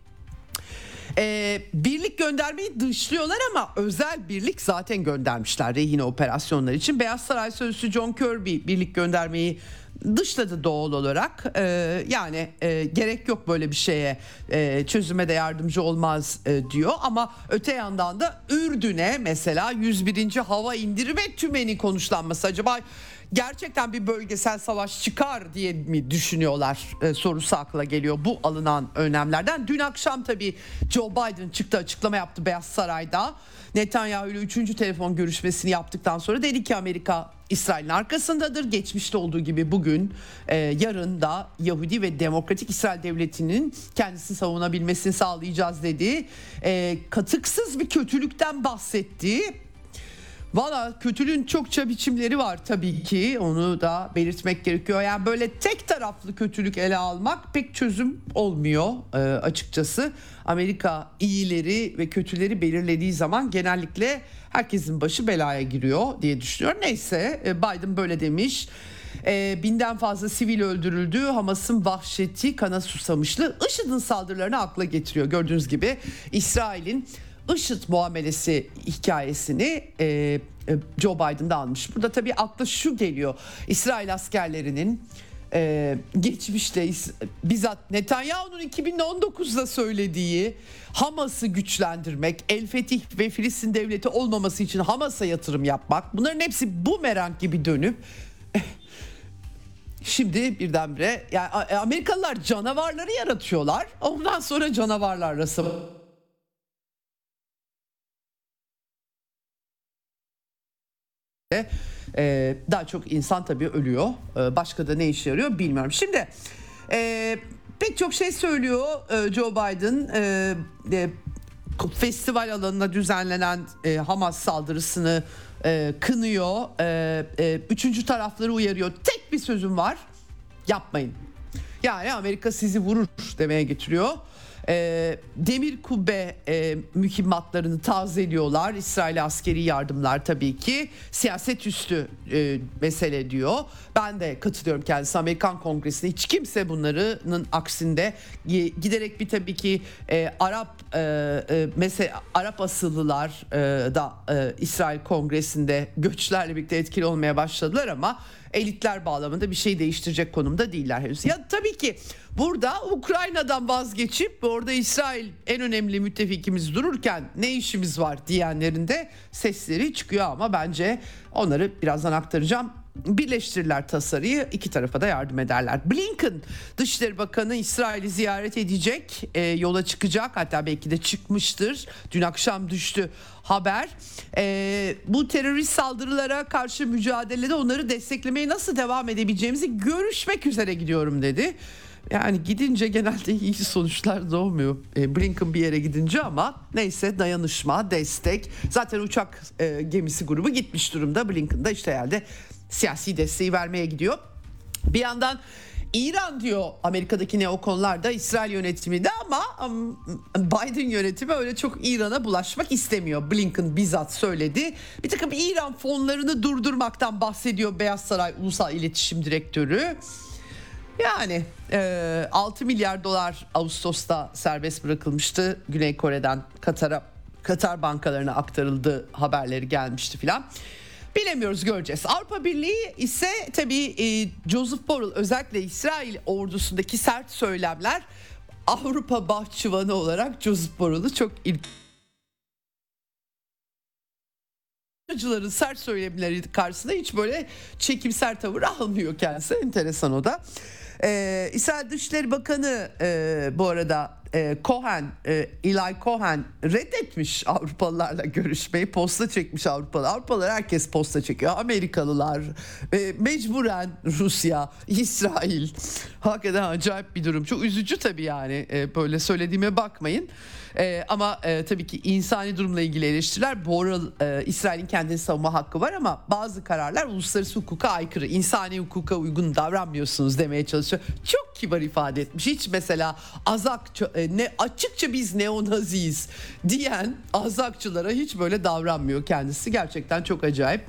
Speaker 2: Ee, birlik göndermeyi dışlıyorlar ama özel birlik zaten göndermişler rehine operasyonlar için. Beyaz Saray Sözcüsü John Kirby birlik göndermeyi dışladı doğal olarak. Ee, yani e, gerek yok böyle bir şeye, e, çözüme de yardımcı olmaz e, diyor. Ama öte yandan da Ürdün'e mesela yüz birinci hava indirme tümeni konuşlanması, acaba gerçekten bir bölgesel savaş çıkar diye mi düşünüyorlar e, sorusu akla geliyor bu alınan önlemlerden. Dün akşam tabii Joe Biden çıktı, açıklama yaptı Beyaz Saray'da. Netanyahu ile üçüncü telefon görüşmesini yaptıktan sonra dedi ki Amerika İsrail'in arkasındadır. Geçmişte olduğu gibi bugün, e, yarın da Yahudi ve Demokratik İsrail Devleti'nin kendisini savunabilmesini sağlayacağız dedi. E, katıksız bir kötülükten bahsetti. Valla kötülüğün çokça biçimleri var tabii ki, onu da belirtmek gerekiyor. Yani böyle tek taraflı kötülük ele almak pek çözüm olmuyor e, açıkçası. Amerika iyileri ve kötüleri belirlediği zaman genellikle herkesin başı belaya giriyor diye düşünüyorum. Neyse, e, Biden böyle demiş. E, binden fazla sivil öldürüldü. Hamas'ın vahşeti, kana susamışlığı IŞİD'in saldırılarını akla getiriyor. Gördüğünüz gibi İsrail'in IŞİD muamelesi hikayesini e, e, Joe Biden'da almış. Burada tabii akla şu geliyor. İsrail askerlerinin e, geçmişte bizzat Netanyahu'nun iki bin on dokuzda söylediği Hamas'ı güçlendirmek, El Fetih ve Filistin devleti olmaması için Hamas'a yatırım yapmak, bunların hepsi bumerang gibi dönüp şimdi birdenbire, yani Amerikalılar canavarları yaratıyorlar. Ondan sonra canavarlarla savaşıyorlar. Ee, daha çok insan tabii ölüyor. Ee, başka da ne işe yarıyor bilmiyorum. Şimdi e, pek çok şey söylüyor e, Joe Biden. E, e, festival alanına düzenlenen e, Hamas saldırısını e, kınıyor. E, e, üçüncü tarafları uyarıyor. Tek bir sözüm var: yapmayın. Yani Amerika sizi vurur demeye getiriyor. E, demir kubbe e, mühimmatlarını tazeliyorlar. İsrail askeri yardımlar tabii ki siyaset üstü e, mesele diyor. Ben de katılıyorum kendisi. Amerikan Kongresi'nde hiç kimse bunların aksinde, giderek bir tabii ki e, Arap e, e, mesela Arap asıllılar e, da e, İsrail Kongresi'nde göçlerle birlikte etkili olmaya başladılar ama elitler bağlamında bir şey değiştirecek konumda değiller henüz. Ya tabii ki burada Ukrayna'dan vazgeçip orada İsrail en önemli müttefikimiz dururken ne işimiz var diyenlerin de sesleri çıkıyor ama bence onları birazdan aktaracağım. Birleştirirler tasarıyı, iki tarafa da yardım ederler. Blinken Dışişleri Bakanı İsrail'i ziyaret edecek, e, yola çıkacak, hatta belki de çıkmıştır. Dün akşam düştü haber. E, bu terörist saldırılara karşı mücadelede onları desteklemeye nasıl devam edebileceğimizi görüşmek üzere gidiyorum dedi. Yani gidince genelde iyi sonuçlar doğmuyor. E, Blinken bir yere gidince ama neyse, dayanışma, destek. Zaten uçak e, gemisi grubu gitmiş durumda. Blinken da işte herhalde siyasi desteği vermeye gidiyor. Bir yandan İran diyor Amerika'daki neokonlar da İsrail yönetimi de, ama Biden yönetimi öyle çok İran'a bulaşmak istemiyor. Blinken bizzat söyledi. Bir takım İran fonlarını durdurmaktan bahsediyor Beyaz Saray Ulusal İletişim Direktörü. Yani e, altı milyar dolar Ağustos'ta serbest bırakılmıştı. Güney Kore'den Katar'a, Katar bankalarına aktarıldı haberleri gelmişti filan. Bilemiyoruz, göreceğiz. Avrupa Birliği ise tabii e, Joseph Borrell, özellikle İsrail ordusundaki sert söylemler, Avrupa bahçıvanı olarak Joseph Borrell'ı çok ilk Acıların sert söylemleri karşısında hiç böyle çekimser tavır almıyor kendisi. Enteresan o da. Ee, İsrail Dışişleri Bakanı e, bu arada e, Cohen, e, Eli Cohen reddetmiş Avrupalılarla görüşmeyi. Posta çekmiş Avrupalı. Avrupalılar herkes posta çekiyor. Amerikalılar, e, mecburen Rusya, İsrail. Hakikaten acayip bir durum. Çok üzücü tabii yani. E, böyle söylediğime bakmayın. Ee, ama e, tabii ki insani durumla ilgili eleştiriler. Borrell, e, İsrail'in kendini savunma hakkı var ama bazı kararlar uluslararası hukuka aykırı, insani hukuka uygun davranmıyorsunuz demeye çalışıyor. Çok kibar ifade etmiş. Hiç mesela azak e, ne açıkça biz neonaziyiz diyen azakçılara hiç böyle davranmıyor kendisi. Gerçekten çok acayip.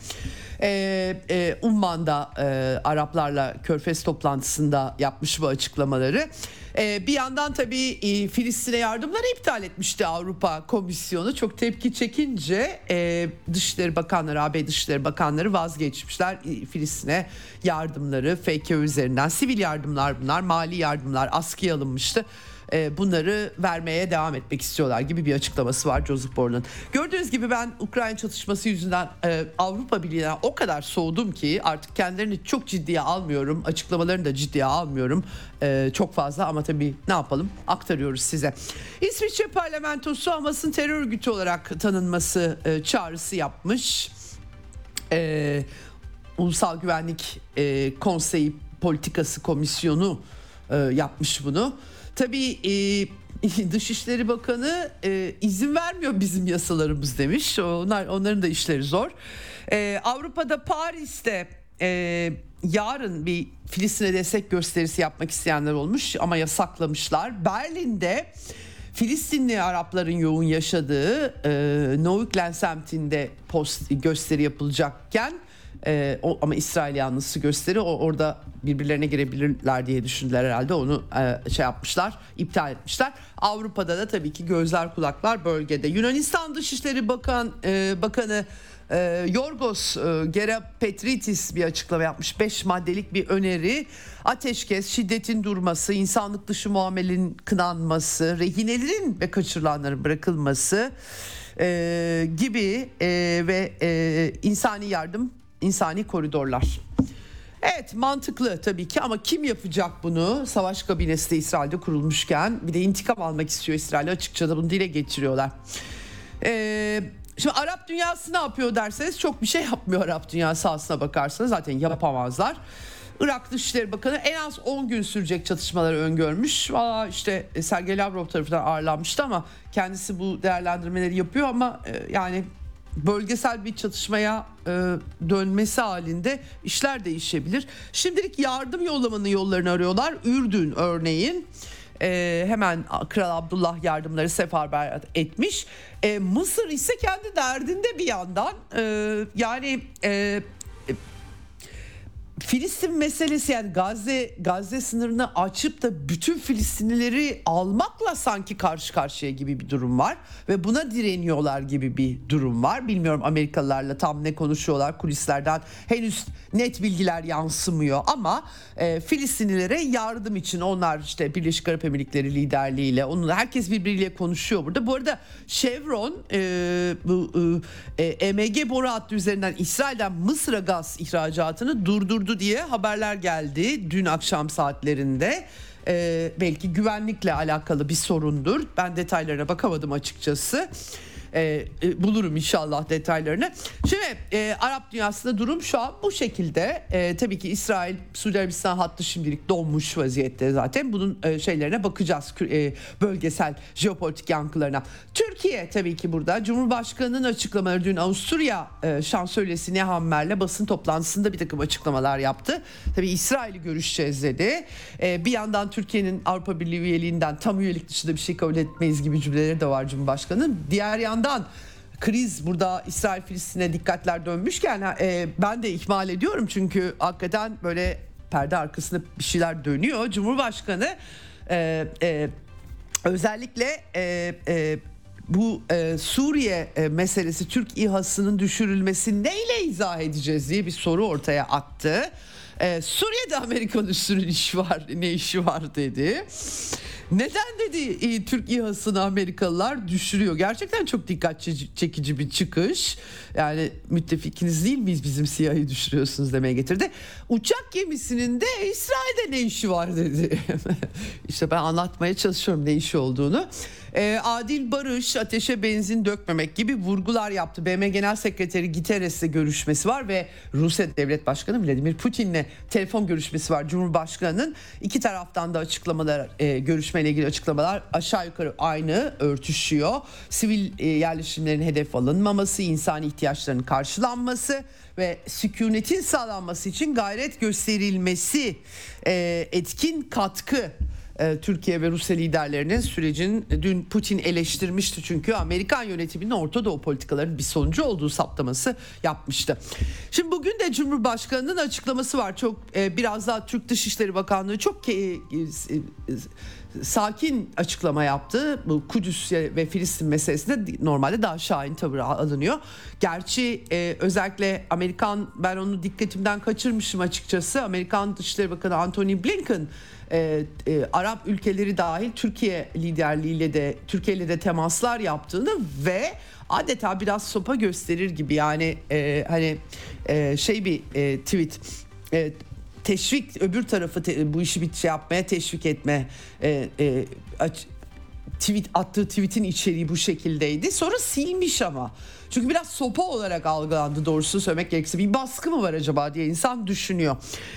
Speaker 2: Ee, e, Umman'da e, Araplarla Körfez toplantısında yapmış bu açıklamaları. Ee, bir yandan tabii e, Filistin'e yardımları iptal etmişti Avrupa Komisyonu. Çok tepki çekince e, Dışişleri Bakanları, A B Dışişleri Bakanları vazgeçmişler. E, Filistin'e yardımları F K üzerinden, sivil yardımlar bunlar, mali yardımlar askıya alınmıştı. Bunları vermeye devam etmek istiyorlar gibi bir açıklaması var Joseph Borrell'ın. Gördüğünüz gibi ben Ukrayna çatışması yüzünden Avrupa Birliği'ne o kadar soğudum ki artık kendilerini çok ciddiye almıyorum. Açıklamalarını da ciddiye almıyorum çok fazla, ama tabii ne yapalım, aktarıyoruz size. İsviçre parlamentosu Hamas'ın terör örgütü olarak tanınması çağrısı yapmış. Ee, Ulusal Güvenlik e, Konseyi Politikası Komisyonu e, yapmış bunu. Tabii e, Dışişleri Bakanı e, izin vermiyor bizim yasalarımız demiş. Onlar, onların da işleri zor. E, Avrupa'da Paris'te e, yarın bir Filistin'e destek gösterisi yapmak isteyenler olmuş ama yasaklamışlar. Berlin'de Filistinli Arapların yoğun yaşadığı e, Neukölln semtinde post gösteri yapılacakken Ee, o, ama İsrail yanlısı gösteri, o orada birbirlerine girebilirler diye düşündüler herhalde, onu e, şey yapmışlar, iptal etmişler. Avrupa'da da tabii ki gözler kulaklar bölgede. Yunanistan Dışişleri Bakan e, Bakanı e, Yorgos e, Gerapetritis bir açıklama yapmış. Beş maddelik bir öneri: ateşkes, şiddetin durması, insanlık dışı muamelenin kınanması, rehinelerin ve kaçırılanların bırakılması e, gibi e, ve e, insani yardım, insani koridorlar. Evet, mantıklı tabii ki, ama kim yapacak bunu? Savaş kabinesi de İsrail'de kurulmuşken bir de intikam almak istiyor İsrail, açıkça da bunu dile getiriyorlar. Ee, şimdi Arap dünyası ne yapıyor derseniz, çok bir şey yapmıyor Arap dünyası aslına bakarsanız, zaten yapamazlar. Irak Dışişleri Bakanı en az on gün sürecek çatışmaları öngörmüş. Valla işte Sergey Lavrov tarafından ağırlanmıştı ama kendisi bu değerlendirmeleri yapıyor, ama yani bölgesel bir çatışmaya e, dönmesi halinde işler değişebilir. Şimdilik yardım yollamanın yollarını arıyorlar. Ürdün örneğin e, hemen Kral Abdullah yardımları seferber etmiş. E, Mısır ise kendi derdinde bir yandan. E, yani e, Filistin meselesi, yani Gazze Gazze sınırını açıp da bütün Filistinlileri almakla sanki karşı karşıya gibi bir durum var ve buna direniyorlar gibi bir durum var. Bilmiyorum Amerikalılarla tam ne konuşuyorlar, kulislerden henüz net bilgiler yansımıyor, ama e, Filistinlilere yardım için onlar işte Birleşik Arap Emirlikleri liderliğiyle, onun herkes birbiriyle konuşuyor burada. Bu arada Chevron e, bu e, E M G boru hattı üzerinden İsrail'den Mısır'a gaz ihracatını durdurdu diye haberler geldi dün akşam saatlerinde. Ee, belki güvenlikle alakalı bir sorundur. Ben detaylarına bakamadım açıkçası. e, e, bulurum inşallah detaylarını. Şimdi e, Arap dünyasında durum şu an bu şekilde. E, tabii ki İsrail Suudi Arabistan hattı şimdilik donmuş vaziyette zaten. Bunun e, şeylerine bakacağız, e, bölgesel jeopolitik yankılarına. Türkiye tabii ki burada. Cumhurbaşkanının açıklamaları, dün Avusturya e, şansölyesi Nehammer'le basın toplantısında bir takım açıklamalar yaptı. Tabii İsrail'i görüşeceğiz dedi. E, bir yandan Türkiye'nin Avrupa Birliği üyeliğinden tam üyelik dışında bir şey kabul etmeyiz gibi cümleleri de var Cumhurbaşkanı'nın. Diğer yandan kriz burada İsrail-Filistin'e dikkatler dönmüşken e, ben de ihmal ediyorum çünkü hakikaten böyle perde arkasında bir şeyler dönüyor. Cumhurbaşkanı e, e, özellikle e, e, bu e, Suriye e, meselesi, Türk İHA'sının düşürülmesi neyle izah edeceğiz diye bir soru ortaya attı. E, Suriye'de Amerikan üssünün işi var, ne işi var dedi. Neden dedi e, Türk İHA'sını Amerikalılar düşürüyor? Gerçekten çok dikkat çekici bir çıkış. Yani müttefikiniz değil miyiz, bizim S İ A'yı düşürüyorsunuz demeye getirdi. Uçak gemisinin de İsrail'de ne işi var dedi. İşte ben anlatmaya çalışıyorum ne işi olduğunu. E, adil barış, ateşe benzin dökmemek gibi vurgular yaptı. B M Genel Sekreteri Guterres'le görüşmesi var ve Rusya Devlet Başkanı Vladimir Putin'le telefon görüşmesi var Cumhurbaşkanı'nın. İki taraftan da açıklamalar, e, görüşmeyle ilgili açıklamalar aşağı yukarı aynı, örtüşüyor. Sivil e, yerleşimlerin hedef alınmaması, insani ihtiyaçların karşılanması ve sükunetin sağlanması için gayret gösterilmesi, e, etkin katkı. Türkiye ve Rusya liderlerinin sürecin, dün Putin eleştirmişti çünkü Amerikan yönetiminin Orta Doğu politikalarının bir sonucu olduğu saptaması yapmıştı. Şimdi bugün de Cumhurbaşkanı'nın açıklaması var. Çok e, biraz daha Türk Dışişleri Bakanlığı çok e, e, sakin açıklama yaptı. Bu Kudüs ve Filistin meselesinde normalde daha şahin tavır alınıyor. Gerçi e, özellikle Amerikan, ben onu dikkatimden kaçırmışım açıkçası. Amerikan Dışişleri Bakanı Antony Blinken e, e, Arap ülkeleri dahil Türkiye liderliğiyle de Türkiye ile de temaslar yaptığını ve adeta biraz sopa gösterir gibi, yani e, hani e, şey bir e, tweet e, teşvik, öbür tarafı te, bu işi bir şey yapmaya teşvik etme e, e, aç, tweet attığı tweetin içeriği bu şekildeydi. Sonra silmiş ama. Çünkü biraz sopa olarak algılandı, doğrusunu söylemek gerekirse. Bir baskı mı var acaba diye insan düşünüyor.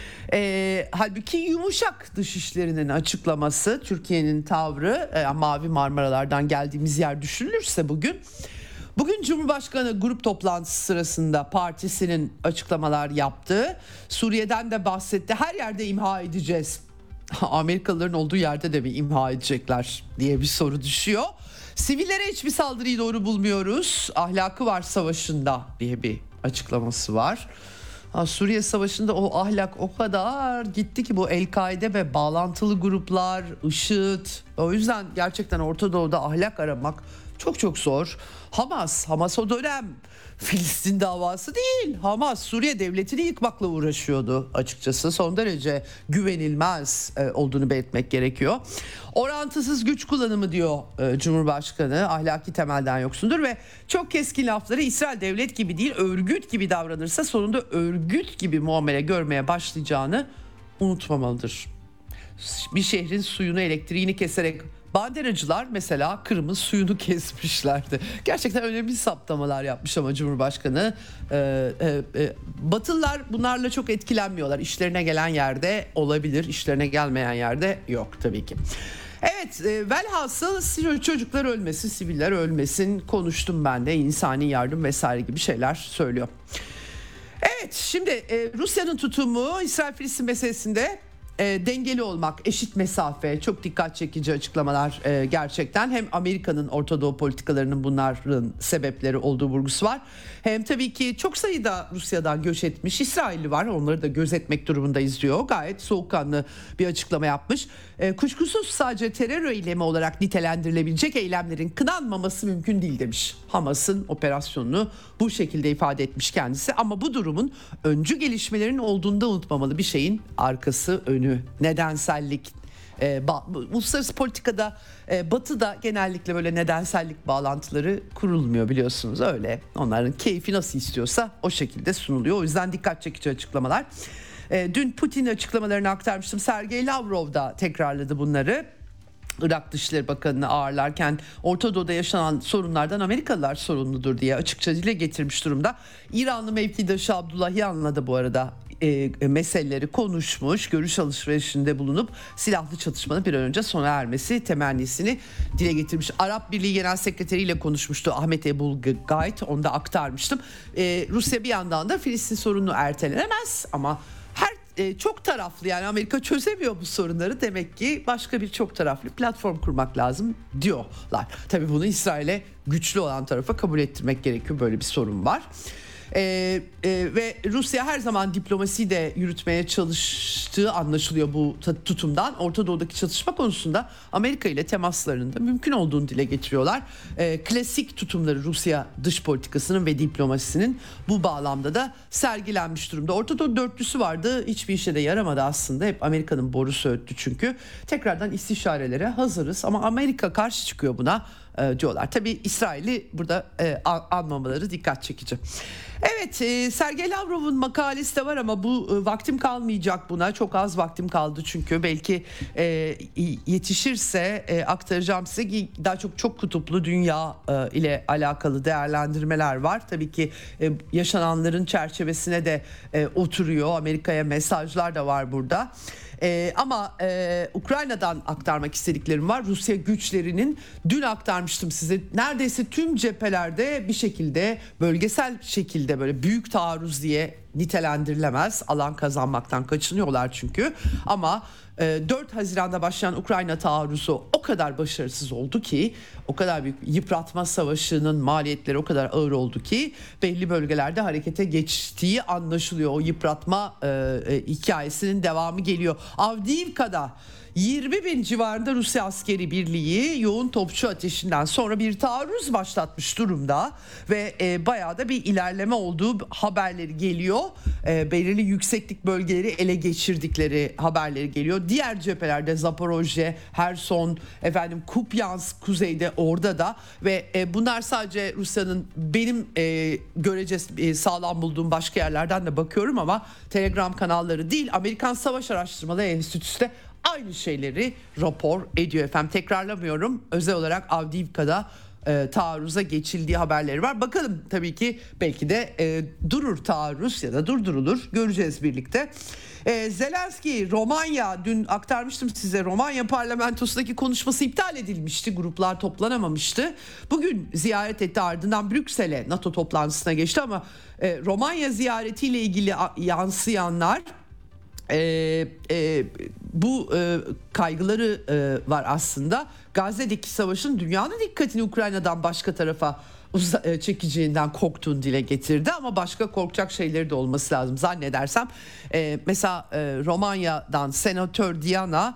Speaker 2: E, halbuki yumuşak dışişlerinin açıklaması, Türkiye'nin tavrı, e, Mavi Marmaralardan geldiğimiz yer düşünülürse bugün. Bugün Cumhurbaşkanı grup toplantısı sırasında partisinin açıklamalar yaptı. Suriye'den de bahsetti. Her yerde imha edeceğiz. Amerikalıların olduğu yerde de mi imha edecekler diye bir soru düşüyor. Sivillere hiçbir saldırıyı doğru bulmuyoruz. Ahlakı var savaşında diye bir açıklaması var. Ha, Suriye Savaşı'nda o ahlak o kadar gitti ki bu El-Kaide ve bağlantılı gruplar, IŞİD. O yüzden gerçekten Orta Doğu'da ahlak aramak çok çok zor. Hamas, Hamas o dönem Filistin davası değil. Hamas Suriye devletini yıkmakla uğraşıyordu açıkçası. Son derece güvenilmez e, olduğunu belirtmek gerekiyor. Orantısız güç kullanımı diyor e, Cumhurbaşkanı, ahlaki temelden yoksundur ve çok keskin lafları, İsrail devlet gibi değil örgüt gibi davranırsa sonunda örgüt gibi muamele görmeye başlayacağını unutmamalıdır. Bir şehrin suyunu, elektriğini keserek banderacılar mesela Kırım'ın suyunu kesmişlerdi. Gerçekten önemli saptamalar yapmış ama Cumhurbaşkanı. Ee, e, e, Batılılar bunlarla çok etkilenmiyorlar. İşlerine gelen yerde olabilir, işlerine gelmeyen yerde yok tabii ki. Evet, e, velhasıl çocuklar ölmesin, siviller ölmesin konuştum ben de, insani yardım vesaire gibi şeyler söylüyor. Evet, şimdi e, Rusya'nın tutumu İsrail-Filistin meselesinde E, dengeli olmak, eşit mesafe, çok dikkat çekici açıklamalar e, gerçekten. Hem Amerika'nın Orta Doğu politikalarının bunların sebepleri olduğu vurgusu var. Hem tabii ki çok sayıda Rusya'dan göç etmiş İsrailli var. Onları da gözetmek durumundayız diyor. Gayet soğukkanlı bir açıklama yapmış. E, kuşkusuz sadece terör eylemi olarak nitelendirilebilecek eylemlerin kınanmaması mümkün değil demiş. Hamas'ın operasyonunu bu şekilde ifade etmiş kendisi. Ama bu durumun öncü gelişmelerin olduğunda unutmamalı, bir şeyin arkası önü, nedensellik. E, ba- uluslararası politikada e, Batı'da genellikle böyle nedensellik bağlantıları kurulmuyor biliyorsunuz, öyle. Onların keyfi nasıl istiyorsa o şekilde sunuluyor. O yüzden dikkat çekici açıklamalar. E, dün Putin açıklamalarını aktarmıştım. Sergey Lavrov da tekrarladı bunları. Irak Dışişleri Bakanı'nı ağırlarken Orta Doğu'da yaşanan sorunlardan Amerikalılar sorumludur diye açıkça dile getirmiş durumda. İranlı mevkidaşı Abdullahian'la da bu arada e, meseleleri konuşmuş, görüş alışverişinde bulunup silahlı çatışmanın bir an önce sona ermesi temennisini dile getirmiş. Arap Birliği Genel Sekreteri ile konuşmuştu Ahmet Ebul Gayt, onu da aktarmıştım. E, Rusya bir yandan da Filistin sorunu ertelenemez ama her e, çok taraflı, yani Amerika çözemiyor bu sorunları, demek ki başka bir çok taraflı platform kurmak lazım diyorlar. Tabii bunu İsrail'e güçlü olan tarafa kabul ettirmek gerekiyor, böyle bir sorun var. Ee, e, ve Rusya her zaman diplomasiyi de yürütmeye çalıştığı anlaşılıyor bu tutumdan. Orta Doğu'daki çatışma konusunda Amerika ile temaslarının da mümkün olduğunu dile getiriyorlar. Ee, klasik tutumları Rusya dış politikasının ve diplomasisinin bu bağlamda da sergilenmiş durumda. Orta Doğu dörtlüsü vardı, hiçbir işe de yaramadı aslında. Hep Amerika'nın borusu öttü çünkü. Tekrardan istişarelere hazırız ama Amerika karşı çıkıyor buna e, diyorlar. Tabii İsrail'i burada e, anmamaları dikkat çekici. Evet, e, Sergey Lavrov'un makalesi de var ama bu e, vaktim kalmayacak buna. Çok az vaktim kaldı çünkü belki e, yetişirse e, aktaracağım size ki daha çok çok kutuplu dünya e, ile alakalı değerlendirmeler var. Tabii ki e, yaşananların çerçevesine de e, oturuyor. Amerika'ya mesajlar da var burada. Ee, ama e, Ukrayna'dan aktarmak istediklerim var. Rusya güçlerinin, dün aktarmıştım size, neredeyse tüm cephelerde bir şekilde, bölgesel şekilde, böyle büyük taarruz diye nitelendirilemez. Alan kazanmaktan kaçınıyorlar çünkü. Ama e, dört Haziran'da başlayan Ukrayna taarruzu o kadar başarısız oldu ki, o kadar büyük yıpratma savaşının maliyetleri o kadar ağır oldu ki belli bölgelerde harekete geçtiği anlaşılıyor. O yıpratma e, e, hikayesinin devamı geliyor. Avdiivka'da yirmi bin civarında Rusya askeri birliği yoğun topçu ateşinden sonra bir taarruz başlatmış durumda ve e, bayağı da bir ilerleme olduğu haberleri geliyor. E, belirli yükseklik bölgeleri ele geçirdikleri haberleri geliyor. Diğer cephelerde Zaporojye, Herson, efendim Kupyansk kuzeyde, orada da ve e, bunlar sadece Rusya'nın, benim e, görece e, sağlam bulduğum başka yerlerden de bakıyorum ama Telegram kanalları değil, Amerikan Savaş Araştırmaları Enstitüsü de aynı şeyleri rapor ediyor efendim. Tekrarlamıyorum. Özel olarak Avdiivka'da e, taarruza geçildiği haberleri var. Bakalım, tabii ki belki de e, durur taarruz ya da durdurulur. Göreceğiz birlikte. E, Zelenski, Romanya, dün aktarmıştım size, Romanya parlamentosundaki konuşması iptal edilmişti. Gruplar toplanamamıştı. Bugün ziyaret etti, ardından Brüksel'e NATO toplantısına geçti ama e, Romanya ziyaretiyle ilgili yansıyanlar, Ee, e, bu e, kaygıları e, var aslında. Gazze'deki savaşın dünyanın dikkatini Ukrayna'dan başka tarafa uza- e, çekeceğinden korktuğunu dile getirdi ama başka korkacak şeyleri de olması lazım zannedersem. E, mesela e, Romanya'dan Senatör Diana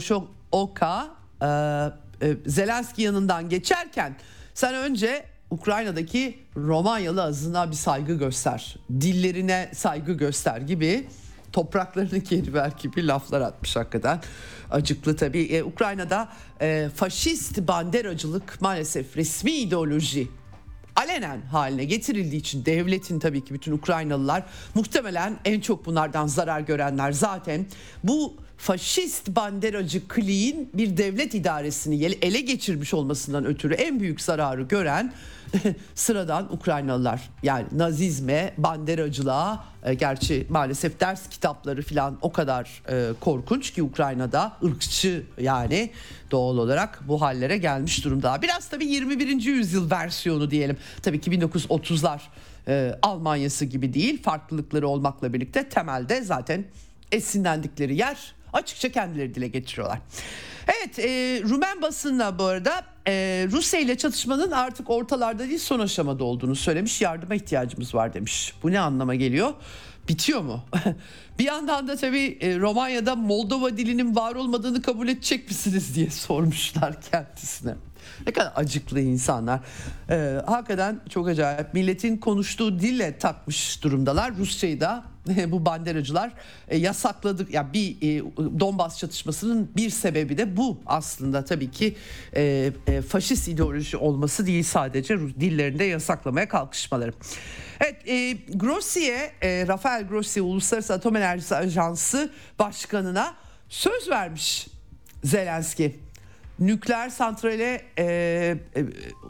Speaker 2: Soşoka e, e, Zelenski yanından geçerken, sen önce Ukrayna'daki Romanyalı azına bir saygı göster, dillerine saygı göster gibi, topraklarını geri ver gibi laflar atmış hakikaten. Acıklı tabii. Ee, Ukrayna'da e, faşist banderacılık maalesef resmi ideoloji alenen haline getirildiği için devletin, tabii ki bütün Ukraynalılar, muhtemelen en çok bunlardan zarar görenler zaten bu faşist banderacı kliğin bir devlet idaresini ele geçirmiş olmasından ötürü en büyük zararı gören sıradan Ukraynalılar. Yani nazizme, banderacılığa, e, gerçi maalesef ders kitapları falan o kadar e, korkunç ki Ukrayna'da, ırkçı yani, doğal olarak bu hallere gelmiş durumda. Biraz tabii yirmi birinci yüzyıl versiyonu diyelim. Tabii ki bin dokuz yüz otuzlar e, Almanya'sı gibi değil, farklılıkları olmakla birlikte temelde zaten esinlendikleri yer açıkça kendileri dile getiriyorlar. Evet, e, Rumen basınına bu arada e, Rusya ile çatışmanın artık ortalarda değil son aşamada olduğunu söylemiş. Yardıma ihtiyacımız var demiş. Bu ne anlama geliyor? Bitiyor mu? Bir yandan da tabii e, Romanya'da Moldova dilinin var olmadığını kabul edecek misiniz diye sormuşlar kendisine. Ne kadar acıklı insanlar. Ee, hakikaten çok acayip. Milletin konuştuğu dille takmış durumdalar. Rusçayı da bu banderacılar e, yasakladık. Ya yani bir e, Donbas çatışmasının bir sebebi de bu aslında, tabii ki e, e, faşist ideoloji olması değil, sadece dillerinde yasaklamaya kalkışmaları. Evet, e, Grossi'ye, e, Rafael Grossi, Uluslararası Atom Enerjisi Ajansı Başkanı'na söz vermiş Zelenski. nükleer santrale e, e,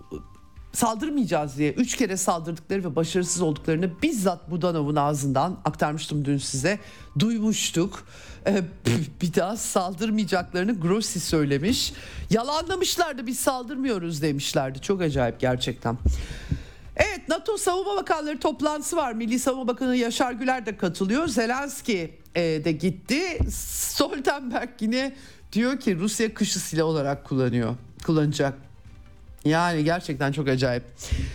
Speaker 2: saldırmayacağız diye üç kere saldırdıkları ve başarısız olduklarını bizzat Budanov'un ağzından aktarmıştım dün size. Duymuştuk. Ee, bir daha saldırmayacaklarını Grossi söylemiş. Yalanlamışlardı, biz saldırmıyoruz demişlerdi. Çok acayip gerçekten. Evet, NATO Savunma Bakanları toplantısı var. Milli Savunma Bakanı Yaşar Güler de katılıyor. Zelenski e, de gitti. Stoltenberg yine diyor ki Rusya kışı silah olarak kullanıyor. Kullanacak. Yani gerçekten çok acayip.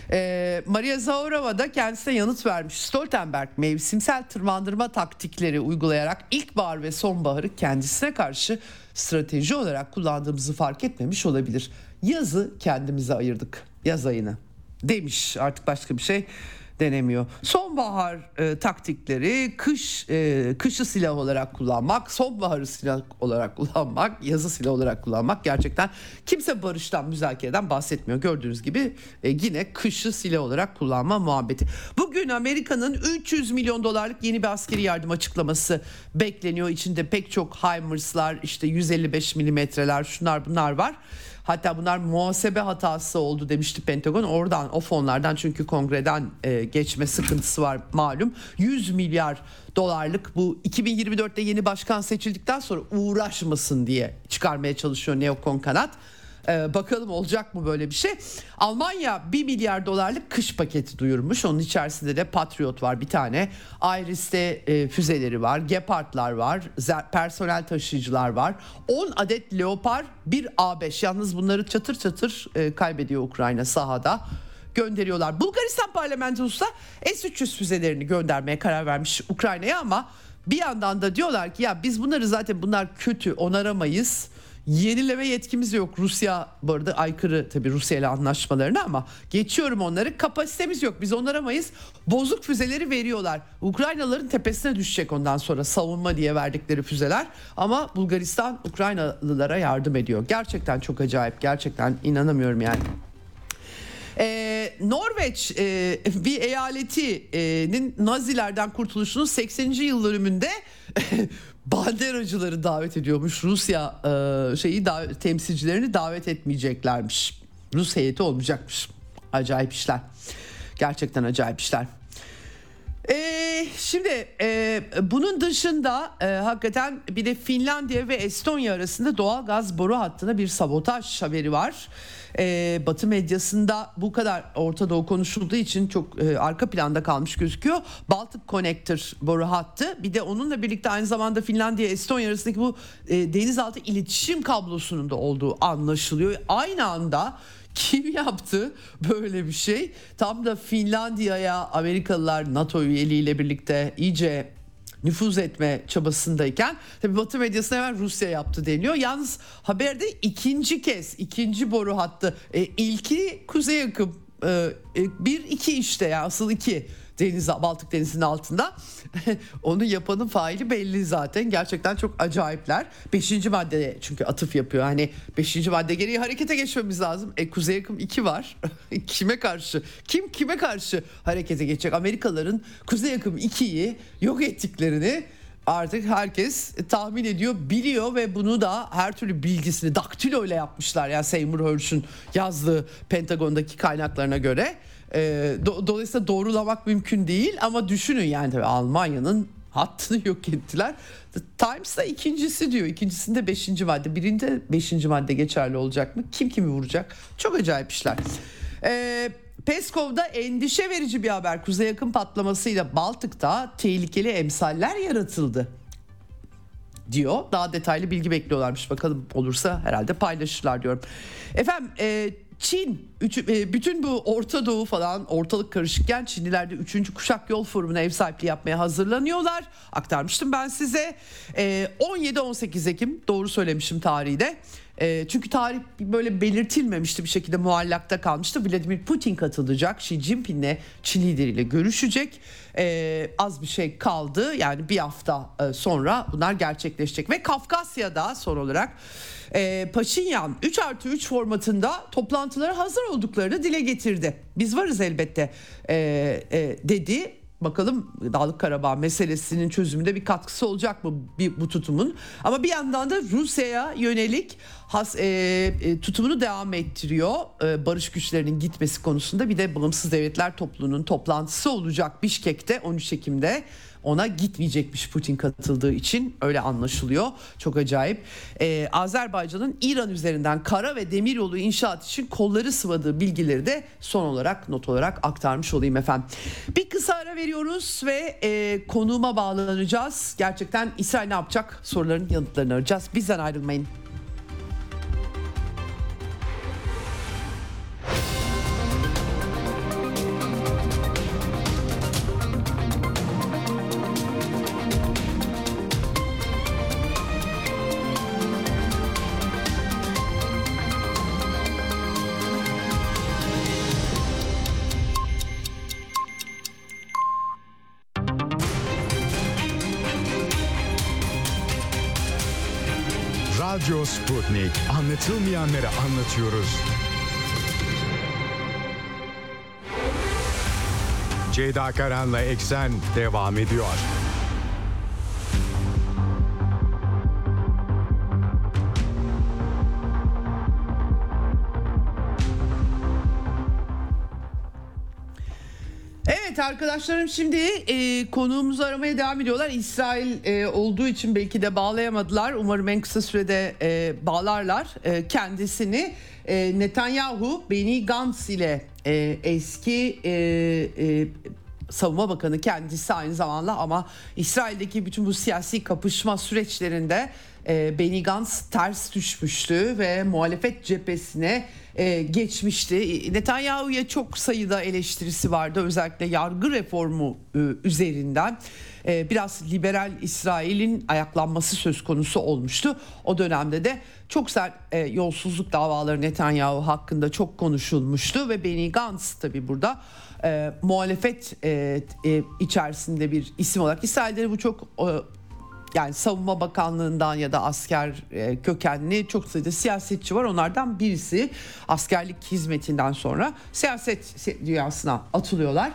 Speaker 2: Ee, Maria Zaharova da kendisine yanıt vermiş. Stoltenberg mevsimsel tırmandırma taktikleri uygulayarak ilkbahar ve sonbaharı kendisine karşı strateji olarak kullandığımızı fark etmemiş olabilir. Yazı kendimize ayırdık. Yaz ayını demiş, artık başka bir şey denemiyor. Sonbahar e, taktikleri kış e, kışı silah olarak kullanmak, sonbaharı silah olarak kullanmak, yazı silah olarak kullanmak, gerçekten kimse barıştan, müzakereden bahsetmiyor. Gördüğünüz gibi e, yine kışı silah olarak kullanma muhabbeti. Bugün Amerika'nın üç yüz milyon dolarlık yeni bir askeri yardım açıklaması bekleniyor. İçinde pek çok HIMARS'lar, işte yüz elli beş milimetreler, şunlar bunlar var. Hatta bunlar muhasebe hatası oldu demişti Pentagon. Oradan, o fonlardan, çünkü kongreden e, geçme sıkıntısı var malum. yüz milyar dolarlık bu iki bin yirmi dörtte yeni başkan seçildikten sonra uğraşmasın diye çıkarmaya çalışıyor neokon kanat. Ee, bakalım olacak mı böyle bir şey. Almanya bir milyar dolarlık kış paketi duyurmuş. Onun içerisinde de Patriot var bir tane. Iris'te e, füzeleri var. Gepardlar var. Zer- personel taşıyıcılar var. on adet Leopard bir A beş. Yalnız bunları çatır çatır e, kaybediyor Ukrayna sahada. Gönderiyorlar. Bulgaristan parlamentosu da S üç yüz füzelerini göndermeye karar vermiş Ukrayna'ya, ama bir yandan da diyorlar ki ya biz bunları zaten, bunlar kötü, onaramayız. Yenileme yetkimiz yok. Rusya bu arada aykırı tabii Rusya ile anlaşmalarına, ama geçiyorum onları. Kapasitemiz yok. Biz onaramayız. Bozuk füzeleri veriyorlar. Ukraynalıların tepesine düşecek ondan sonra savunma diye verdikleri füzeler. Ama Bulgaristan Ukraynalılara yardım ediyor. Gerçekten çok acayip. Gerçekten inanamıyorum yani. Ee, Norveç e, bir eyaletinin Nazilerden kurtuluşunun sekseninci yıl dönümünde banderacıları davet ediyormuş. Rusya e, şeyi da, temsilcilerini davet etmeyeceklermiş. Rus heyeti olmayacakmış. Acayip işler. Gerçekten acayip işler. Ee, şimdi e, bunun dışında e, hakikaten bir de Finlandiya ve Estonya arasında doğal gaz boru hattına bir sabotaj haberi var. E, Batı medyasında bu kadar Orta Doğu konuşulduğu için çok e, arka planda kalmış gözüküyor. Baltic Connector boru hattı, bir de onunla birlikte aynı zamanda Finlandiya Estonya arasındaki bu e, denizaltı iletişim kablosunun da olduğu anlaşılıyor. Aynı anda kim yaptı böyle bir şey? Tam da Finlandiya'ya Amerikalılar NATO üyeliğiyle birlikte iyice nüfuz etme çabasındayken tabii Batı medyasına hemen Rusya yaptı deniyor. Yalnız haberde ikinci kez ikinci boru hattı, e, ilki kuzey akım e, bir iki işte ya yani asıl iki deniz, Baltık Denizi'nin altında. Onu yapanın faili belli zaten. Gerçekten çok acayipler. Beşinci maddeye çünkü atıf yapıyor. Hani beşinci madde gereği harekete geçmemiz lazım. E Kuzey Akım iki var. Kime karşı? Kim kime karşı harekete geçecek? Amerikalıların Kuzey Akım ikiyi yok ettiklerini artık herkes tahmin ediyor, biliyor ve bunu da her türlü bilgisini daktilo ile yapmışlar. Yani Seymour Hersh'ün yazdığı Pentagon'daki kaynaklarına göre. E, do- dolayısıyla doğrulamak mümkün değil, ama düşünün yani tabii Almanya'nın hattını yok ettiler. The Times da ikincisi diyor. İkincisinde beşinci madde. Birinde beşinci madde geçerli olacak mı? Kim kimi vuracak? Çok acayip işler. Eee Peskov'da endişe verici bir haber. Kuzey Akım patlamasıyla Baltık'ta tehlikeli emsaller yaratıldı diyor. Daha detaylı bilgi bekliyorlarmış. Bakalım olursa herhalde paylaşırlar diyorum. Efendim e, Çin, üç, e, bütün bu Orta Doğu falan ortalık karışıkken Çinliler de üçüncü kuşak yol forumuna ev sahipliği yapmaya hazırlanıyorlar. Aktarmıştım ben size. E, on yedi on sekiz Ekim, doğru söylemişim tarihi de. E, çünkü tarih böyle belirtilmemişti, bir şekilde muallakta kalmıştı. Vladimir Putin katılacak. Xi Jinping'le Çin lideriyle görüşecek. E, az bir şey kaldı. Yani bir hafta e, sonra bunlar gerçekleşecek. Ve Kafkasya'da son olarak e, Paşinyan üç artı üç formatında toplantılara hazır olduklarını dile getirdi. Biz varız elbette e, e, dedi. Bakalım Dağlık Karabağ meselesinin çözümünde bir katkısı olacak mı bir, bu tutumun? Ama bir yandan da Rusya'ya yönelik has, e, e, tutumunu devam ettiriyor e, barış güçlerinin gitmesi konusunda. Bir de Bağımsız Devletler Topluluğu'nun toplantısı olacak Bişkek'te on üç Ekim'de. Ona gitmeyecekmiş Putin katıldığı için, öyle anlaşılıyor. Çok acayip. Ee, Azerbaycan'ın İran üzerinden kara ve demiryolu inşaat için kolları sıvadığı bilgileri de son olarak not olarak aktarmış olayım efendim. Bir kısa ara veriyoruz ve e, konuğuma bağlanacağız. Gerçekten İsrail ne yapacak soruların yanıtlarını arayacağız. Bizden ayrılmayın.
Speaker 1: Radyo Sputnik. Anlatılmayanları anlatıyoruz. Ceyda Karan'la Eksen devam ediyor.
Speaker 2: Evet arkadaşlarım, şimdi e, konuğumuzu aramaya devam ediyorlar. İsrail e, olduğu için belki de bağlayamadılar. Umarım en kısa sürede e, bağlarlar e, kendisini. E, Netanyahu, Benny Gantz ile e, eski e, e, Savunma Bakanı kendisi aynı zamanda, ama İsrail'deki bütün bu siyasi kapışma süreçlerinde e, Benny Gantz ters düşmüştü ve muhalefet cephesine e, geçmişti. Netanyahu'ya çok sayıda eleştirisi vardı, özellikle yargı reformu e, üzerinden. E, biraz liberal İsrail'in ayaklanması söz konusu olmuştu. O dönemde de çok sert e, yolsuzluk davaları Netanyahu hakkında çok konuşulmuştu ve Benny Gantz tabii burada e, muhalefet e, e, içerisinde bir isim olarak. İsrail'de bu çok e, yani Savunma Bakanlığı'ndan ya da asker e, kökenli çok sayıda siyasetçi var. Onlardan birisi askerlik hizmetinden sonra siyaset dünyasına atılıyorlar.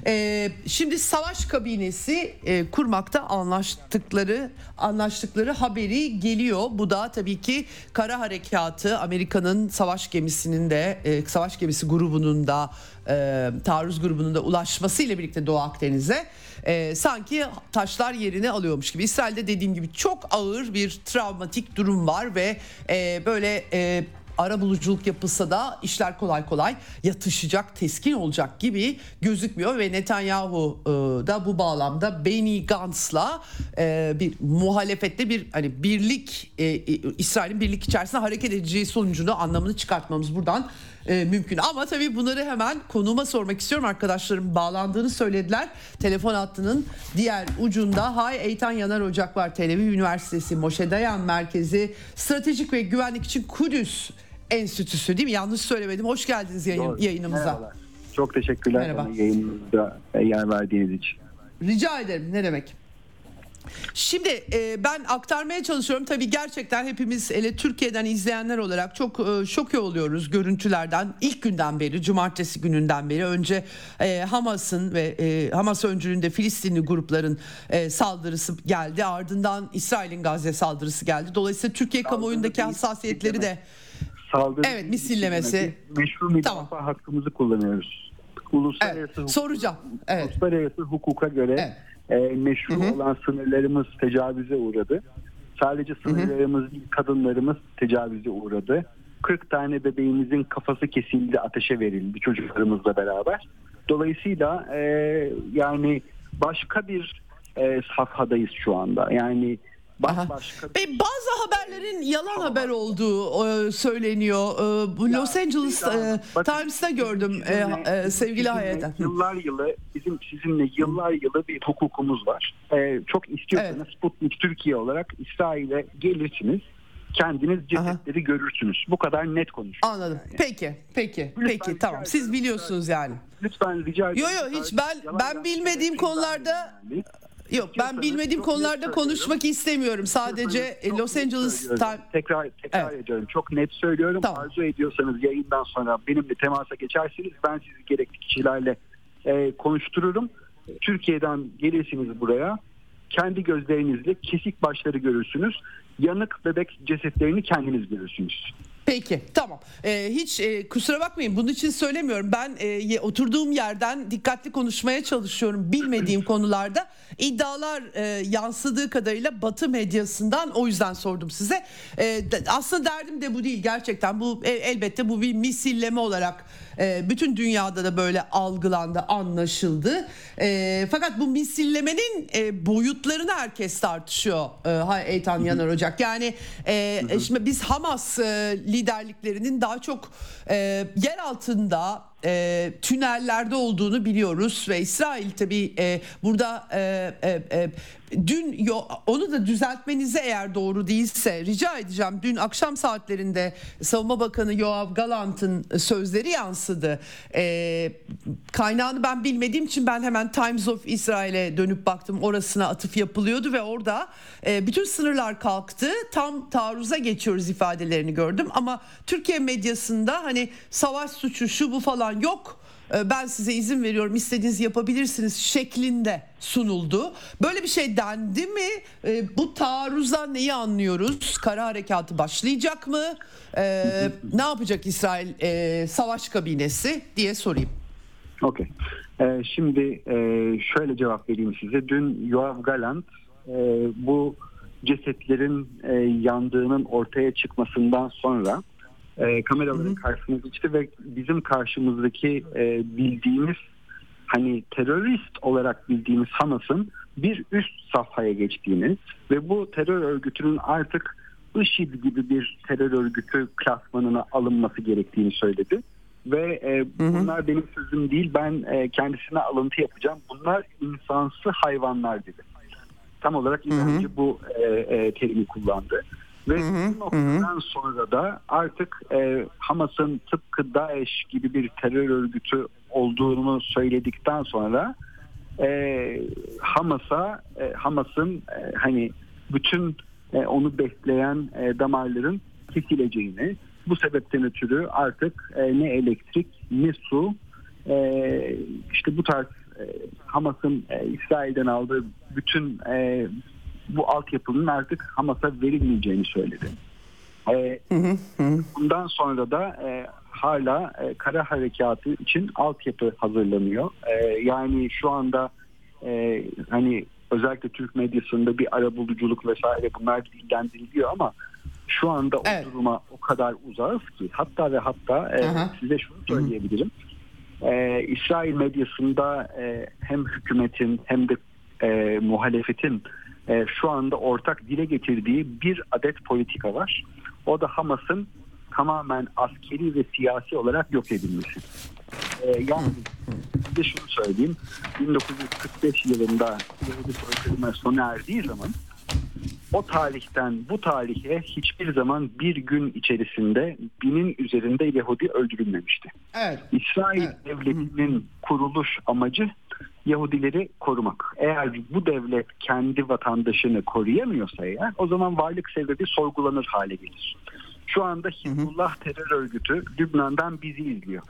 Speaker 2: E, şimdi savaş kabinesi e, kurmakta anlaştıkları anlaştıkları haberi geliyor. Bu da tabii ki kara harekatı, Amerika'nın savaş gemisinin de e, savaş gemisi grubunun da e, taarruz grubunun da ulaşması ile birlikte Doğu Akdeniz'e e, sanki taşlar yerini alıyormuş gibi. İsrail'de dediğim gibi çok ağır bir travmatik durum var ve e, böyle e, arabuluculuk yapılsa da işler kolay kolay yatışacak, teskin olacak gibi gözükmüyor ve Netanyahu e, da bu bağlamda Benny Gantz'la e, bir muhalefette bir hani birlik e, e, İsrail'in birlik içerisinde hareket edeceği sonucunu, anlamını çıkartmamız buradan e, mümkün. Ama tabii bunları hemen konuğuma sormak istiyorum. Arkadaşlarım bağlandığını söylediler. Telefon hattının diğer ucunda Hay Eytan Yanar Ocak var. Tel Aviv Üniversitesi Moshe Dayan Merkezi Stratejik ve Güvenlik için Kudüs Enstitüsü, değil mi? Yanlış söylemedim. Hoş geldiniz yayın, yayınımıza.
Speaker 4: Merhabalar. Çok teşekkürler
Speaker 2: Merhaba.
Speaker 4: yayınımızda yer verdiğiniz için.
Speaker 2: Rica ederim. Ne demek? Şimdi e, ben aktarmaya çalışıyorum. Tabii gerçekten hepimiz hele Türkiye'den izleyenler olarak çok e, şoke oluyoruz görüntülerden. İlk günden beri, cumartesi gününden beri önce e, Hamas'ın ve e, Hamas öncülüğünde Filistinli grupların e, saldırısı geldi. Ardından İsrail'in Gazze saldırısı geldi. Dolayısıyla Türkiye
Speaker 4: Saldırı
Speaker 2: kamuoyundaki
Speaker 4: değil,
Speaker 2: hassasiyetleri de
Speaker 4: Saldırı
Speaker 2: evet, misillemesi.
Speaker 4: Meşru müdafaa
Speaker 2: Tamam.
Speaker 4: hakkımızı kullanıyoruz. Uluslararası,
Speaker 2: Evet,
Speaker 4: hukuk,
Speaker 2: soracağım. Evet.
Speaker 4: uluslararası hukuka göre
Speaker 2: Evet.
Speaker 4: e, meşru
Speaker 2: Hı hı.
Speaker 4: olan sınırlarımız tecavüze uğradı. Sadece sınırlarımız değil, kadınlarımız tecavüze uğradı. kırk tane bebeğimizin kafası kesildi, ateşe verildi çocuklarımızla beraber. Dolayısıyla e, yani başka bir e, safhadayız şu anda. Yani başka
Speaker 2: Ve bazı haberlerin yalan haber olduğu e, söyleniyor. E, bu Los Angeles e, Times'ta gördüm e, e, sevgili Hayat'ta.
Speaker 4: Yıllar yılı bizim sizinle yıllar yılı bir hukukumuz var. E, çok istiyorsanız evet. Sputnik Türkiye olarak İsrail'e gelirsiniz. Kendiniz cesetleri Aha. görürsünüz. Bu kadar net konuşuyorum.
Speaker 2: Anladım. Yani. Peki, peki,
Speaker 4: Lütfen
Speaker 2: peki tamam. Siz biliyorsunuz yani.
Speaker 4: Lütfen rica ederim.
Speaker 2: Yok yok hiç ben ben bilmediğim konularda yani. Yok ben bilmediğim konularda konuşmak istemiyorum. Sadece Los Angeles Times.
Speaker 4: Tekrar tekrar evet. ediyorum. Çok net söylüyorum. Tamam. Arzu ediyorsanız yayından sonra benimle temasa geçersiniz. Ben sizi gerekli kişilerle e, konuştururum. Türkiye'den gelirsiniz buraya. Kendi gözlerinizle kesik başları görürsünüz. yanık bebek cesetlerini kendiniz görürsünüz.
Speaker 2: Peki, tamam. Ee, hiç e, kusura bakmayın, bunun için söylemiyorum. Ben e, oturduğum yerden dikkatli konuşmaya çalışıyorum bilmediğim konularda. İddialar e, yansıdığı kadarıyla Batı medyasından, o yüzden sordum size. E, de, aslında derdim de bu değil gerçekten. Bu e, elbette bu bir misilleme olarak e, bütün dünyada da böyle algılandı, anlaşıldı. E, fakat bu misillemenin e, boyutlarını herkes tartışıyor. E, Eytan Yanar Ocak. Yani e, şimdi biz Hamas e, liderliklerinin daha çok e, yer altında e, tünellerde olduğunu biliyoruz ve İsrail tabii e, burada e, e, e, dün yo, onu da düzeltmenize eğer doğru değilse rica edeceğim. Dün akşam saatlerinde Savunma Bakanı Yoav Gallant'ın sözleri yansıdı. E, kaynağını ben bilmediğim için ben hemen Times of Israel'e dönüp baktım. Orasına atıf yapılıyordu ve orada e, bütün sınırlar kalktı. Tam taarruza geçiyoruz ifadelerini gördüm ama Türkiye medyasında hani savaş suçu şu bu falan yok, ben size izin veriyorum, istediğiniz yapabilirsiniz şeklinde sunuldu. Böyle bir şey dendi mi? Bu taarruzdan neyi anlıyoruz? Kara harekatı başlayacak mı? Ee, ne yapacak İsrail e, savaş kabinesi diye sorayım.
Speaker 4: Okey. Ee, şimdi e, şöyle cevap vereyim size. Dün Yoav Gallant e, bu cesetlerin e, yandığının ortaya çıkmasından sonra E, kameraların hı hı. karşısına geçti ve bizim karşımızdaki e, bildiğimiz hani terörist olarak bildiğimiz Hamas'ın bir üst safhaya geçtiğini ve bu terör örgütünün artık IŞİD gibi bir terör örgütü klasmanına alınması gerektiğini söyledi. Ve e, hı hı. bunlar benim sözüm değil, ben e, kendisine alıntı yapacağım. Bunlar insansı hayvanlar dedi. Tam olarak İbranice bu e, e, terimi kullandı. Ve hı hı, bu noktadan hı. sonra da artık e, Hamas'ın tıpkı DAEŞ gibi bir terör örgütü olduğunu söyledikten sonra e, Hamas'a e, Hamas'ın e, hani bütün e, onu besleyen e, damarların kesileceğini, bu sebepten ötürü artık e, ne elektrik ne su e, işte bu tarz e, Hamas'ın e, İsrail'den aldığı bütün e, bu altyapının artık Hamas'a verilmeyeceğini söyledi. Ee, hı hı. Bundan sonra da e, hala e, kara harekatı için altyapı hazırlanıyor. E, yani şu anda e, hani özellikle Türk medyasında bir arabuluculuk vesaire bunlar dillendiriliyor ama şu anda evet. o duruma o kadar uzağız ki hatta ve hatta e, size şunu söyleyebilirim. E, İsrail medyasında e, hem hükümetin hem de e, muhalefetin e, şu anda ortak dile getirdiği bir adet politika var. O da Hamas'ın tamamen askeri ve siyasi olarak yok edilmesi. E, yani size şunu söyleyeyim. bin dokuz yüz kırk beş yılında Yahudi soykırımı sona erdiği zaman o tarihten bu tarihe hiçbir zaman bir gün içerisinde binin üzerinde Yahudi öldürülmemişti. Evet. İsrail evet. devletinin kuruluş amacı Yahudileri korumak. Eğer bu devlet kendi vatandaşını koruyamıyorsa eğer o zaman varlık sebebi sorgulanır hale gelir. Şu anda Hizbullah terör örgütü Lübnan'dan bizi izliyor.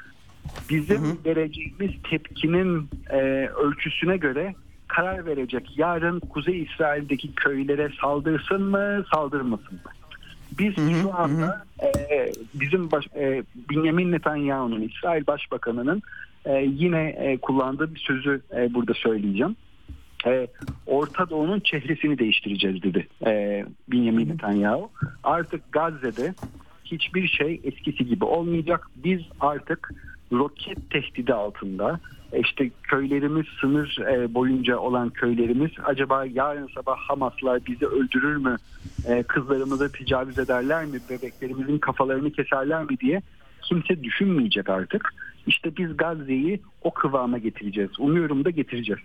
Speaker 4: Bizim hı hı. vereceğimiz tepkinin e, ölçüsüne göre karar verecek. Yarın Kuzey İsrail'deki köylere saldırsın mı, saldırmasın mı? Biz hı hı, şu anda hı. E, bizim baş, e, Benjamin Netanyahu'nun, İsrail Başbakanı'nın e, yine e, kullandığı bir sözü e, burada söyleyeceğim. E, Orta Doğu'nun çehresini değiştireceğiz dedi e, Benjamin Netanyahu. Artık Gazze'de hiçbir şey eskisi gibi olmayacak. Biz artık roket tehdidi altında, işte köylerimiz, sınır boyunca olan köylerimiz acaba yarın sabah Hamaslar bizi öldürür mü, kızlarımıza tecavüz ederler mi, bebeklerimizin kafalarını keserler mi diye kimse düşünmeyecek artık. İşte biz Gazze'yi o kıvama getireceğiz. Umuyorum da getireceğiz.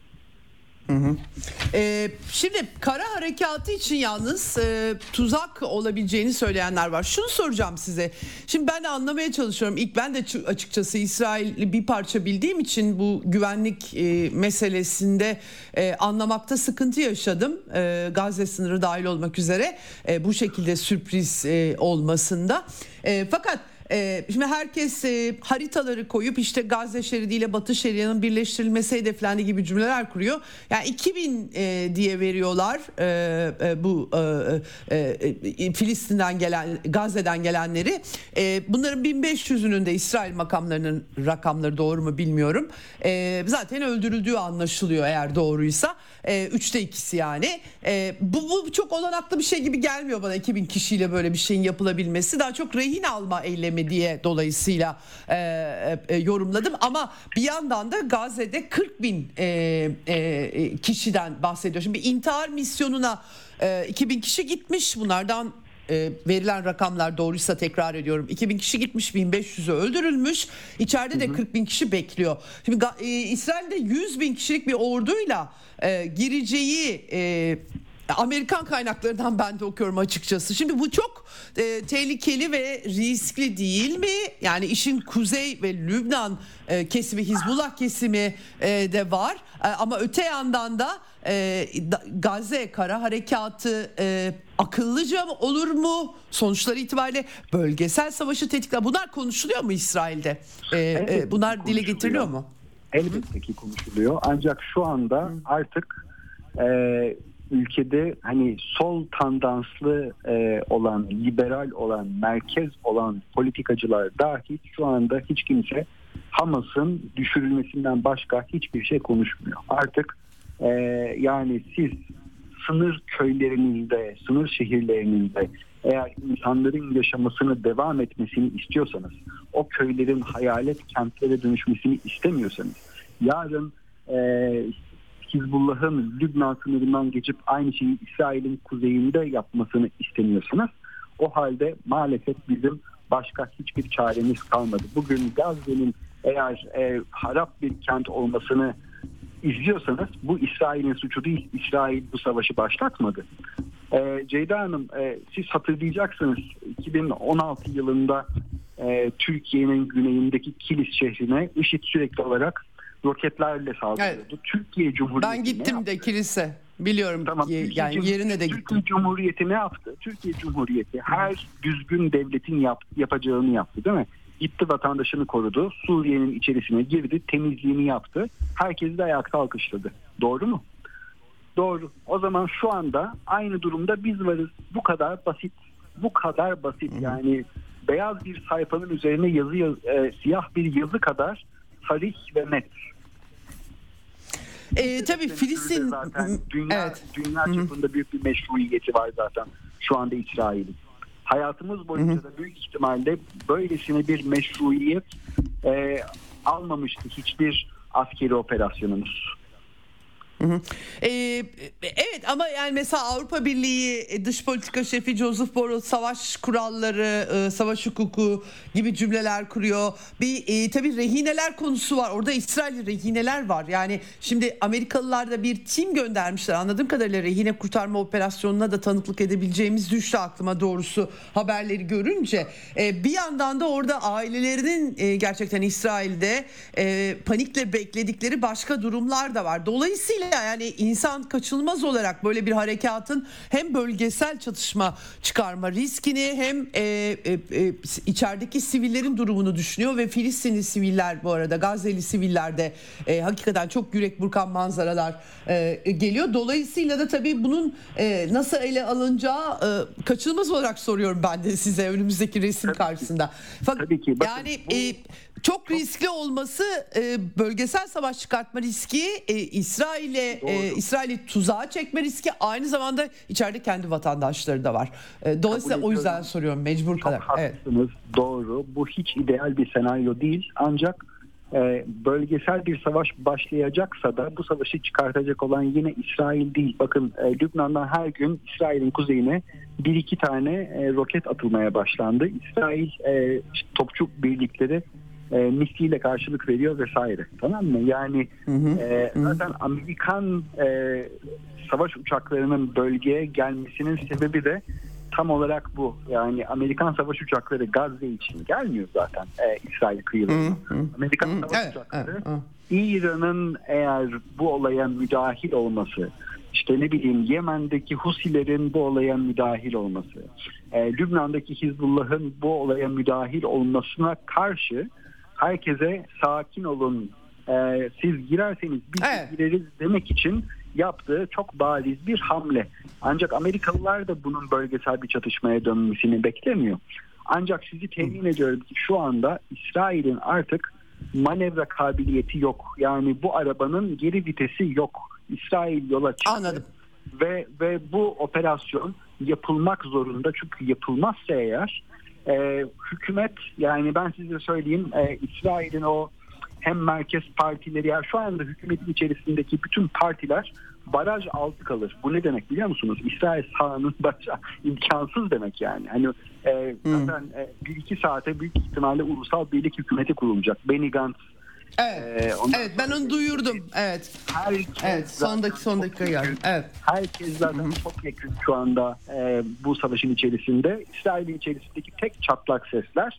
Speaker 2: Hı hı. Ee, şimdi kara harekatı için yalnız e, tuzak olabileceğini söyleyenler var. Şunu soracağım size. Şimdi ben de anlamaya çalışıyorum. İlk ben de açıkçası İsrail'i bir parça bildiğim için bu güvenlik e, meselesinde e, anlamakta sıkıntı yaşadım. E, Gazze sınırı dahil olmak üzere e, bu şekilde sürpriz e, olmasında. E, fakat E, şimdi herkes e, haritaları koyup işte Gazze şeridiyle Batı şeridinin birleştirilmesi hedeflendi gibi cümleler kuruyor. Yani iki bin e, diye veriyorlar e, e, bu e, e, Filistin'den gelen, Gazze'den gelenleri. E, bunların bin beş yüzünün de İsrail makamlarının rakamları doğru mu bilmiyorum. E, zaten öldürüldüğü anlaşılıyor eğer doğruysa. E, üçte ikisi yani. E, bu, bu çok olanaklı bir şey gibi gelmiyor bana, iki bin kişiyle böyle bir şeyin yapılabilmesi. Daha çok rehin alma eylemi diye dolayısıyla e, e, yorumladım. Ama bir yandan da Gazze'de kırk bin e, e, kişiden bahsediyor. Şimdi bir intihar misyonuna e, iki bin kişi gitmiş. Bunlardan e, verilen rakamlar doğruysa tekrar ediyorum. iki bin kişi gitmiş, bin beş yüzü öldürülmüş. İçeride de kırk bin kişi bekliyor. Şimdi e, İsrail'de yüz bin kişilik bir orduyla e, gireceği e, Amerikan kaynaklarından ben de okuyorum açıkçası. Şimdi bu çok e, tehlikeli ve riskli değil mi? Yani işin Kuzey ve Lübnan e, kesimi, Hizbullah kesimi e, de var. E, ama öte yandan da e, Gazze kara harekatı e, akıllıca mı olur mu? Sonuçları itibariyle bölgesel savaşı tetikler. Bunlar konuşuluyor mu İsrail'de? E, e, bunlar dile getiriliyor mu?
Speaker 4: Elbette ki konuşuluyor. Ancak şu anda artık e, ülkede hani sol tandanslı e, olan, liberal olan, merkez olan politikacılar dahil şu anda hiç kimse Hamas'ın düşürülmesinden başka hiçbir şey konuşmuyor. Artık e, yani siz sınır köylerinizde, sınır şehirlerinizde eğer insanların yaşamasını devam etmesini istiyorsanız, o köylerin hayalet kentlere dönüşmesini istemiyorsanız, yarın e, Hizbullah'ın Lübnan sınırından geçip aynı şeyi İsrail'in kuzeyinde yapmasını istemiyorsunuz. O halde maalesef bizim başka hiçbir çaremiz kalmadı. Bugün Gazze'nin eğer e, harap bir kent olmasını izliyorsanız bu İsrail'in suçu değil. İsrail bu savaşı başlatmadı. E, Ceyda Hanım e, siz hatırlayacaksınız iki bin on altı yılında e, Türkiye'nin güneyindeki Kilis şehrine IŞİD sürekli olarak roketlerle saldırıyordu. Evet. Türkiye Cumhuriyeti
Speaker 2: Ben gittim de kilise. Biliyorum
Speaker 4: tamam,
Speaker 2: ki, yani yerine de gittim.
Speaker 4: Türkiye Cumhuriyeti ne yaptı? Türkiye Cumhuriyeti her düzgün devletin yap, yapacağını yaptı değil mi? Gitti vatandaşını korudu. Suriye'nin içerisine girdi. Temizliğini yaptı. Herkesi de ayakta alkışladı. Doğru mu? Doğru. O zaman şu anda aynı durumda biz varız. Bu kadar basit. Bu kadar basit. Yani beyaz bir sayfanın üzerine yazı, yaz, e, siyah bir yazı kadar sarih ve net.
Speaker 2: E, tabii Filistin
Speaker 4: zaten dünya,
Speaker 2: evet.
Speaker 4: dünya çapında büyük bir meşruiyeti var zaten şu anda İsrail'in. Hayatımız boyunca Hı-hı. da büyük ihtimalle böylesine bir meşruiyet e, almamıştı hiçbir askeri operasyonumuz.
Speaker 2: Hı hı. Ee, evet ama yani mesela Avrupa Birliği dış politika şefi Joseph Borrell savaş kuralları, savaş hukuku gibi cümleler kuruyor. Bir e, tabii rehineler konusu var. Orada İsrail rehineler var. Yani şimdi Amerikalılar da bir tim göndermişler. Anladığım kadarıyla rehine kurtarma operasyonuna da tanıklık edebileceğimiz düştü aklıma doğrusu haberleri görünce. E, bir yandan da orada ailelerinin e, gerçekten İsrail'de e, panikle bekledikleri başka durumlar da var. Dolayısıyla yani insan kaçınılmaz olarak böyle bir harekatın hem bölgesel çatışma çıkarma riskini hem e, e, e, içerideki sivillerin durumunu düşünüyor ve Filistinli siviller, bu arada Gazze'li siviller de e, hakikaten çok yürek burkan manzaralar e, geliyor. Dolayısıyla da tabii bunun e, nasıl ele alınacağı e, kaçınılmaz olarak soruyorum ben de size önümüzdeki resim tabii karşısında. Fakat tabii ki. Bakın, yani bu... e, çok riskli olması e, bölgesel savaş çıkartma riski, e, İsrail'e e, İsrail'i tuzağa çekme riski, aynı zamanda içeride kendi vatandaşları da var. E, dolayısıyla o yüzden soruyorum, mecbur kadar.
Speaker 4: Çok haklısınız, evet. Doğru. Bu hiç ideal bir senaryo değil. Ancak e, bölgesel bir savaş başlayacaksa da bu savaşı çıkartacak olan yine İsrail değil. Bakın e, Lübnan'dan her gün İsrail'in kuzeyine bir iki tane e, roket atılmaya başlandı. İsrail e, topçu birlikleri E, misliyle karşılık veriyor vesaire, tamam mı? Yani hı hı, e, hı. zaten Amerikan e, savaş uçaklarının bölgeye gelmesinin sebebi de tam olarak bu. Yani Amerikan savaş uçakları Gazze için gelmiyor zaten e, İsrail kıyılarına. Amerikan hı, savaş evet, uçakları evet, İran'ın eğer bu olaya müdahil olması işte ne bileyim Yemen'deki Husilerin bu olaya müdahil olması, e, Lübnan'daki Hizbullah'ın bu olaya müdahil olmasına karşı herkese sakin olun, e, siz girerseniz biz de
Speaker 2: Evet.
Speaker 4: gireriz demek için yaptığı çok bariz bir hamle. Ancak Amerikalılar da bunun bölgesel bir çatışmaya dönmesini beklemiyor. Ancak sizi temin ediyorum ki şu anda İsrail'in artık manevra kabiliyeti yok. Yani bu arabanın geri vitesi yok. İsrail yola çıktı.
Speaker 2: Anladım.
Speaker 4: Ve ve bu operasyon yapılmak zorunda. Çünkü yapılmazsa eğer e, hükümet, yani ben size söyleyeyim, e, İsrail'in o hem merkez partileri, yani şu anda hükümetin içerisindeki bütün partiler baraj altı kalır. Bu ne demek biliyor musunuz? İsrail sağının başa imkansız demek yani. Hani e, zaten e, bir iki saate büyük ihtimalle ulusal birlik hükümeti kurulacak. Benny Gantz.
Speaker 2: Evet.
Speaker 4: e, ondan
Speaker 2: Evet, ben
Speaker 4: sonra-
Speaker 2: onu duyurdum. Evet.
Speaker 4: Herkes
Speaker 2: Evet, son dakika son dakika geldi. Evet.
Speaker 4: Herkes zaten çok yakın şu anda e, bu savaşın içerisinde. İsrail'in içerisindeki tek çatlak sesler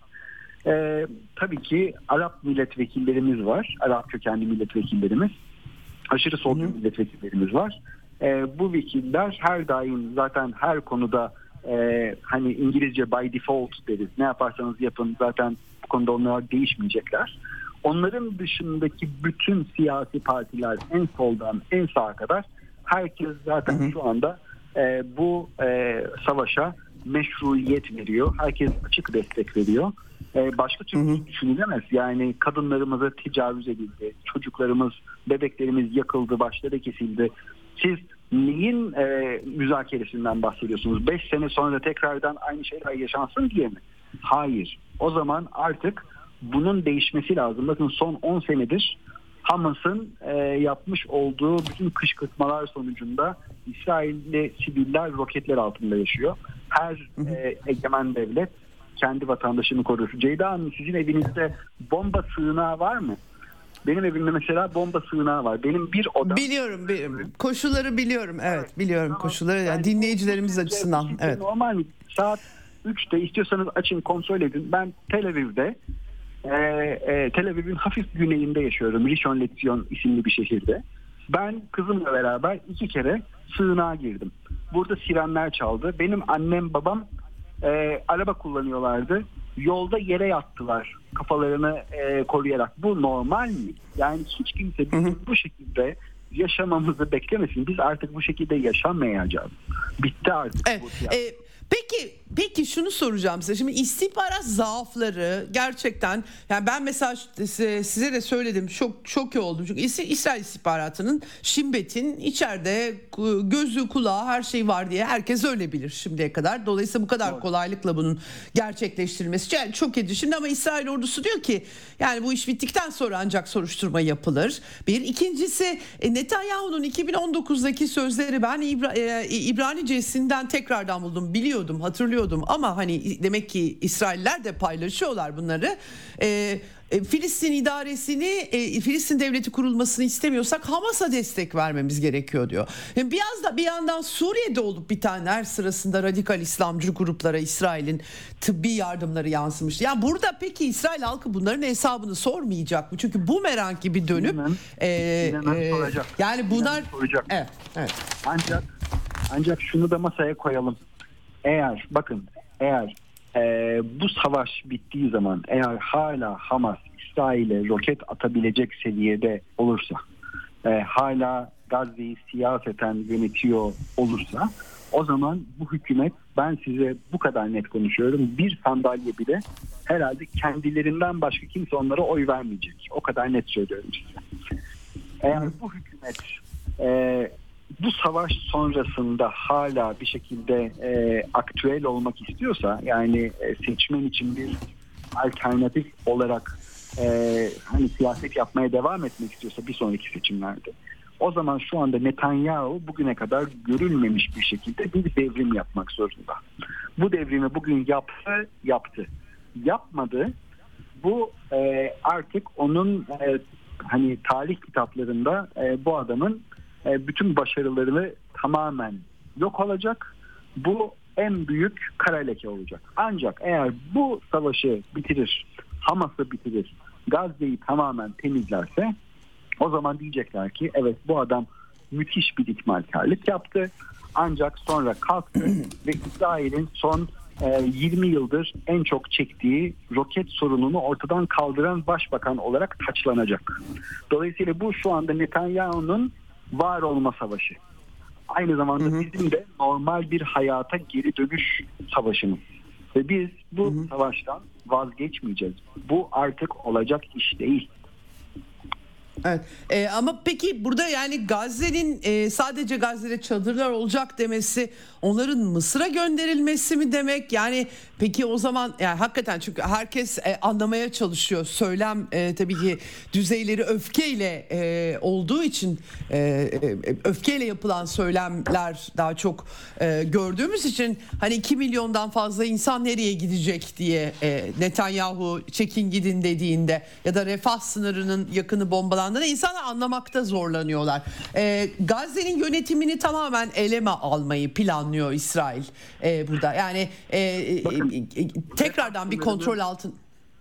Speaker 4: e, tabii ki Arap milletvekillerimiz var. Arap kökenli milletvekillerimiz. Aşırı sol milletvekillerimiz var. E, bu vekiller her daim zaten her konuda e, hani İngilizce by default deriz. Ne yaparsanız yapın zaten bu konuda onlar değişmeyecekler. Onların dışındaki bütün siyasi partiler en soldan en sağa kadar herkes zaten hı hı. şu anda e, bu e, savaşa meşruiyet veriyor. Herkes açık destek veriyor. E, başka türlü hı hı. düşünülemez. Yani kadınlarımıza tecavüz edildi. Çocuklarımız, bebeklerimiz yakıldı, başları kesildi. Siz neyin e, müzakeresinden bahsediyorsunuz? Beş sene sonra tekrardan aynı şeyler yaşansın diye mi? Hayır. O zaman artık bunun değişmesi lazım. Bakın son on senedir Hamas'ın e, yapmış olduğu bütün kışkırtmalar sonucunda İsrailli siviller roketler altında yaşıyor. Her e, egemen devlet kendi vatandaşını korur. Ceyda Hanım, sizin evinizde bomba sığınağı var mı? Benim evimde mesela bomba sığınağı var. Benim bir odam...
Speaker 2: Biliyorum, biliyorum. Koşulları biliyorum. Evet, evet biliyorum tamam. Koşulları. Yani yani dinleyicilerimiz açısından. Evet.
Speaker 4: Normal mi? Saat üçte istiyorsanız açın, kontrol edin. Ben Tel Aviv'de Ee, e, Tel Aviv'in hafif güneyinde yaşıyorum. Rishon LeZion isimli bir şehirde. Ben kızımla beraber iki kere sığınağa girdim. Burada sirenler çaldı. Benim annem babam e, araba kullanıyorlardı. Yolda yere yattılar kafalarını e, koruyarak. Bu normal mi? Yani hiç kimse bizim bu şekilde yaşamamızı beklemesin. Biz artık bu şekilde yaşamayacağız. Bitti artık
Speaker 2: evet,
Speaker 4: bu siyaset.
Speaker 2: E- Peki peki şunu soracağım size. Şimdi istihbarat zaafları gerçekten, yani ben mesela size de söyledim, çok şok oldum. Çünkü İsrail istihbaratının, Shin Bet'in içeride gözü kulağı her şey var diye herkes öyle bilir şimdiye kadar. Dolayısıyla bu kadar kolaylıkla bunun gerçekleştirilmesi yani çok edici. Şimdi ama İsrail ordusu diyor ki yani bu iş bittikten sonra ancak soruşturma yapılır. Bir. İkincisi Netanyahu'nun iki bin on dokuzdaki sözleri ben İbra, e, İbranicesinden tekrardan buldum. Biliyordum, hatırlıyordum ama hani demek ki İsrailler de paylaşıyorlar bunları. Ee, Filistin idaresini, e, Filistin devleti kurulmasını istemiyorsak Hamas'a destek vermemiz gerekiyor diyor. Yani biraz da bir yandan Suriye'de olup bitenler sırasında radikal İslamcı gruplara İsrail'in tıbbi yardımları yansımıştı. Yani burada peki İsrail halkı bunların hesabını sormayacak mı? Çünkü bumerang gibi dönüp
Speaker 4: İnanın,
Speaker 2: e,
Speaker 4: inanın
Speaker 2: e,
Speaker 4: soracak.
Speaker 2: yani bunlar
Speaker 4: İnanın soracak.
Speaker 2: Evet, evet.
Speaker 4: Ancak ancak şunu da masaya koyalım. Eğer bakın eğer e, bu savaş bittiği zaman eğer hala Hamas İsrail'e roket atabilecek seviyede olursa, e, hala Gazze'yi siyaseten yönetiyor olursa, o zaman bu hükümet, ben size bu kadar net konuşuyorum, bir sandalye bile herhalde kendilerinden başka kimse onlara oy vermeyecek. O kadar net söylüyorum size. Eğer bu hükümet e, bu savaş sonrasında hala bir şekilde e, aktüel olmak istiyorsa, yani e, seçmen için bir alternatif olarak e, hani siyaset yapmaya devam etmek istiyorsa bir sonraki seçimlerde, o zaman şu anda Netanyahu bugüne kadar görülmemiş bir şekilde bir devrim yapmak zorunda. Bu devrimi bugün yaptı, yaptı. Yapmadı. Bu e, artık onun e, hani tarih kitaplarında e, bu adamın bütün başarılarını tamamen yok olacak. Bu en büyük kara leke olacak. Ancak eğer bu savaşı bitirir, Hamas'ı bitirir, Gazze'yi tamamen temizlerse, o zaman diyecekler ki evet, bu adam müthiş bir ikmalkarlık yaptı. Ancak sonra kalktı ve İsrail'in son e, yirmi yıldır en çok çektiği roket sorununu ortadan kaldıran başbakan olarak taçlanacak. Dolayısıyla bu şu anda Netanyahu'nun var olma savaşı. Aynı zamanda hı hı. bizim de normal bir hayata geri dönüş savaşımız. Ve biz bu hı hı. savaştan vazgeçmeyeceğiz. Bu artık olacak iş değil.
Speaker 2: Evet. Ee, ama peki burada yani Gazze'nin e, sadece Gazze'de çadırlar olacak demesi, onların Mısır'a gönderilmesi mi demek? Yani peki o zaman yani hakikaten, çünkü herkes e, anlamaya çalışıyor. Söylem e, tabii ki düzeyleri öfkeyle e, olduğu için e, e, öfkeyle yapılan söylemler daha çok e, gördüğümüz için hani iki milyondan fazla insan nereye gidecek diye e, Netanyahu çekin gidin dediğinde ya da refah sınırının yakını bombalandığında insanlar anlamakta zorlanıyorlar. Ee, Gazze'nin yönetimini tamamen eleme almayı planlıyor İsrail ee, burada. Yani e, Bakın, e, tekrardan bir kontrol altın.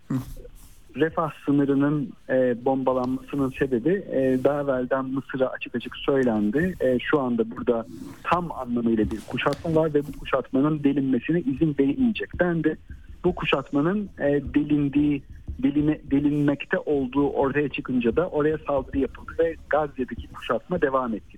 Speaker 4: Refah sınırının e, bombalanmasının sebebi e, daha evvelden Mısır'a açık açık söylendi. E, şu anda burada tam anlamıyla bir kuşatma var ve bu kuşatmanın delinmesine izin verilmeyecek dendi. Bu kuşatmanın e, delindiği Deline, delinmekte olduğu ortaya çıkınca da oraya saldırı yapıldı ve Gazze'deki kuşatma devam etti.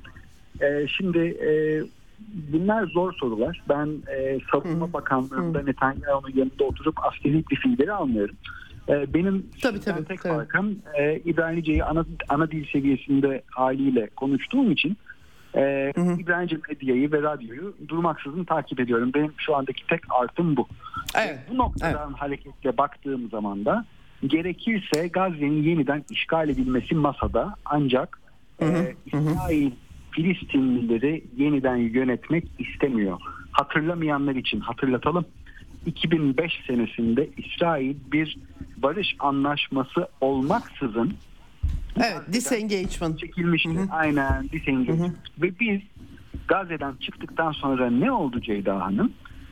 Speaker 4: Ee, şimdi e, bunlar zor sorular. Ben e, Savunma Bakanlığı'nda Netanyahu'nun yanında oturup askeri briefingleri almıyorum. E, benim
Speaker 2: tabii, tabii,
Speaker 4: tek
Speaker 2: tabii.
Speaker 4: farkım e, İbranice'yi ana, ana dil seviyesinde haliyle konuştuğum için e, hı hı. İbranice medyayı ve radyoyu durmaksızın takip ediyorum. Benim şu andaki tek artım bu.
Speaker 2: Evet.
Speaker 4: Bu noktadan evet. hareketle baktığım zaman da gerekirse Gazze'nin yeniden işgal edilmesi masada, ancak hı hı. E, İsrail Filistinlileri yeniden yönetmek istemiyor. Hatırlamayanlar için hatırlatalım. iki bin beş senesinde İsrail bir barış anlaşması olmaksızın
Speaker 2: evet, disengagement
Speaker 4: çekilmişti.
Speaker 2: Hı hı.
Speaker 4: Aynen, disengagement. Hı hı. Ve biz Gazze'den çıktıktan sonra ne oldu Ceyda Hanım?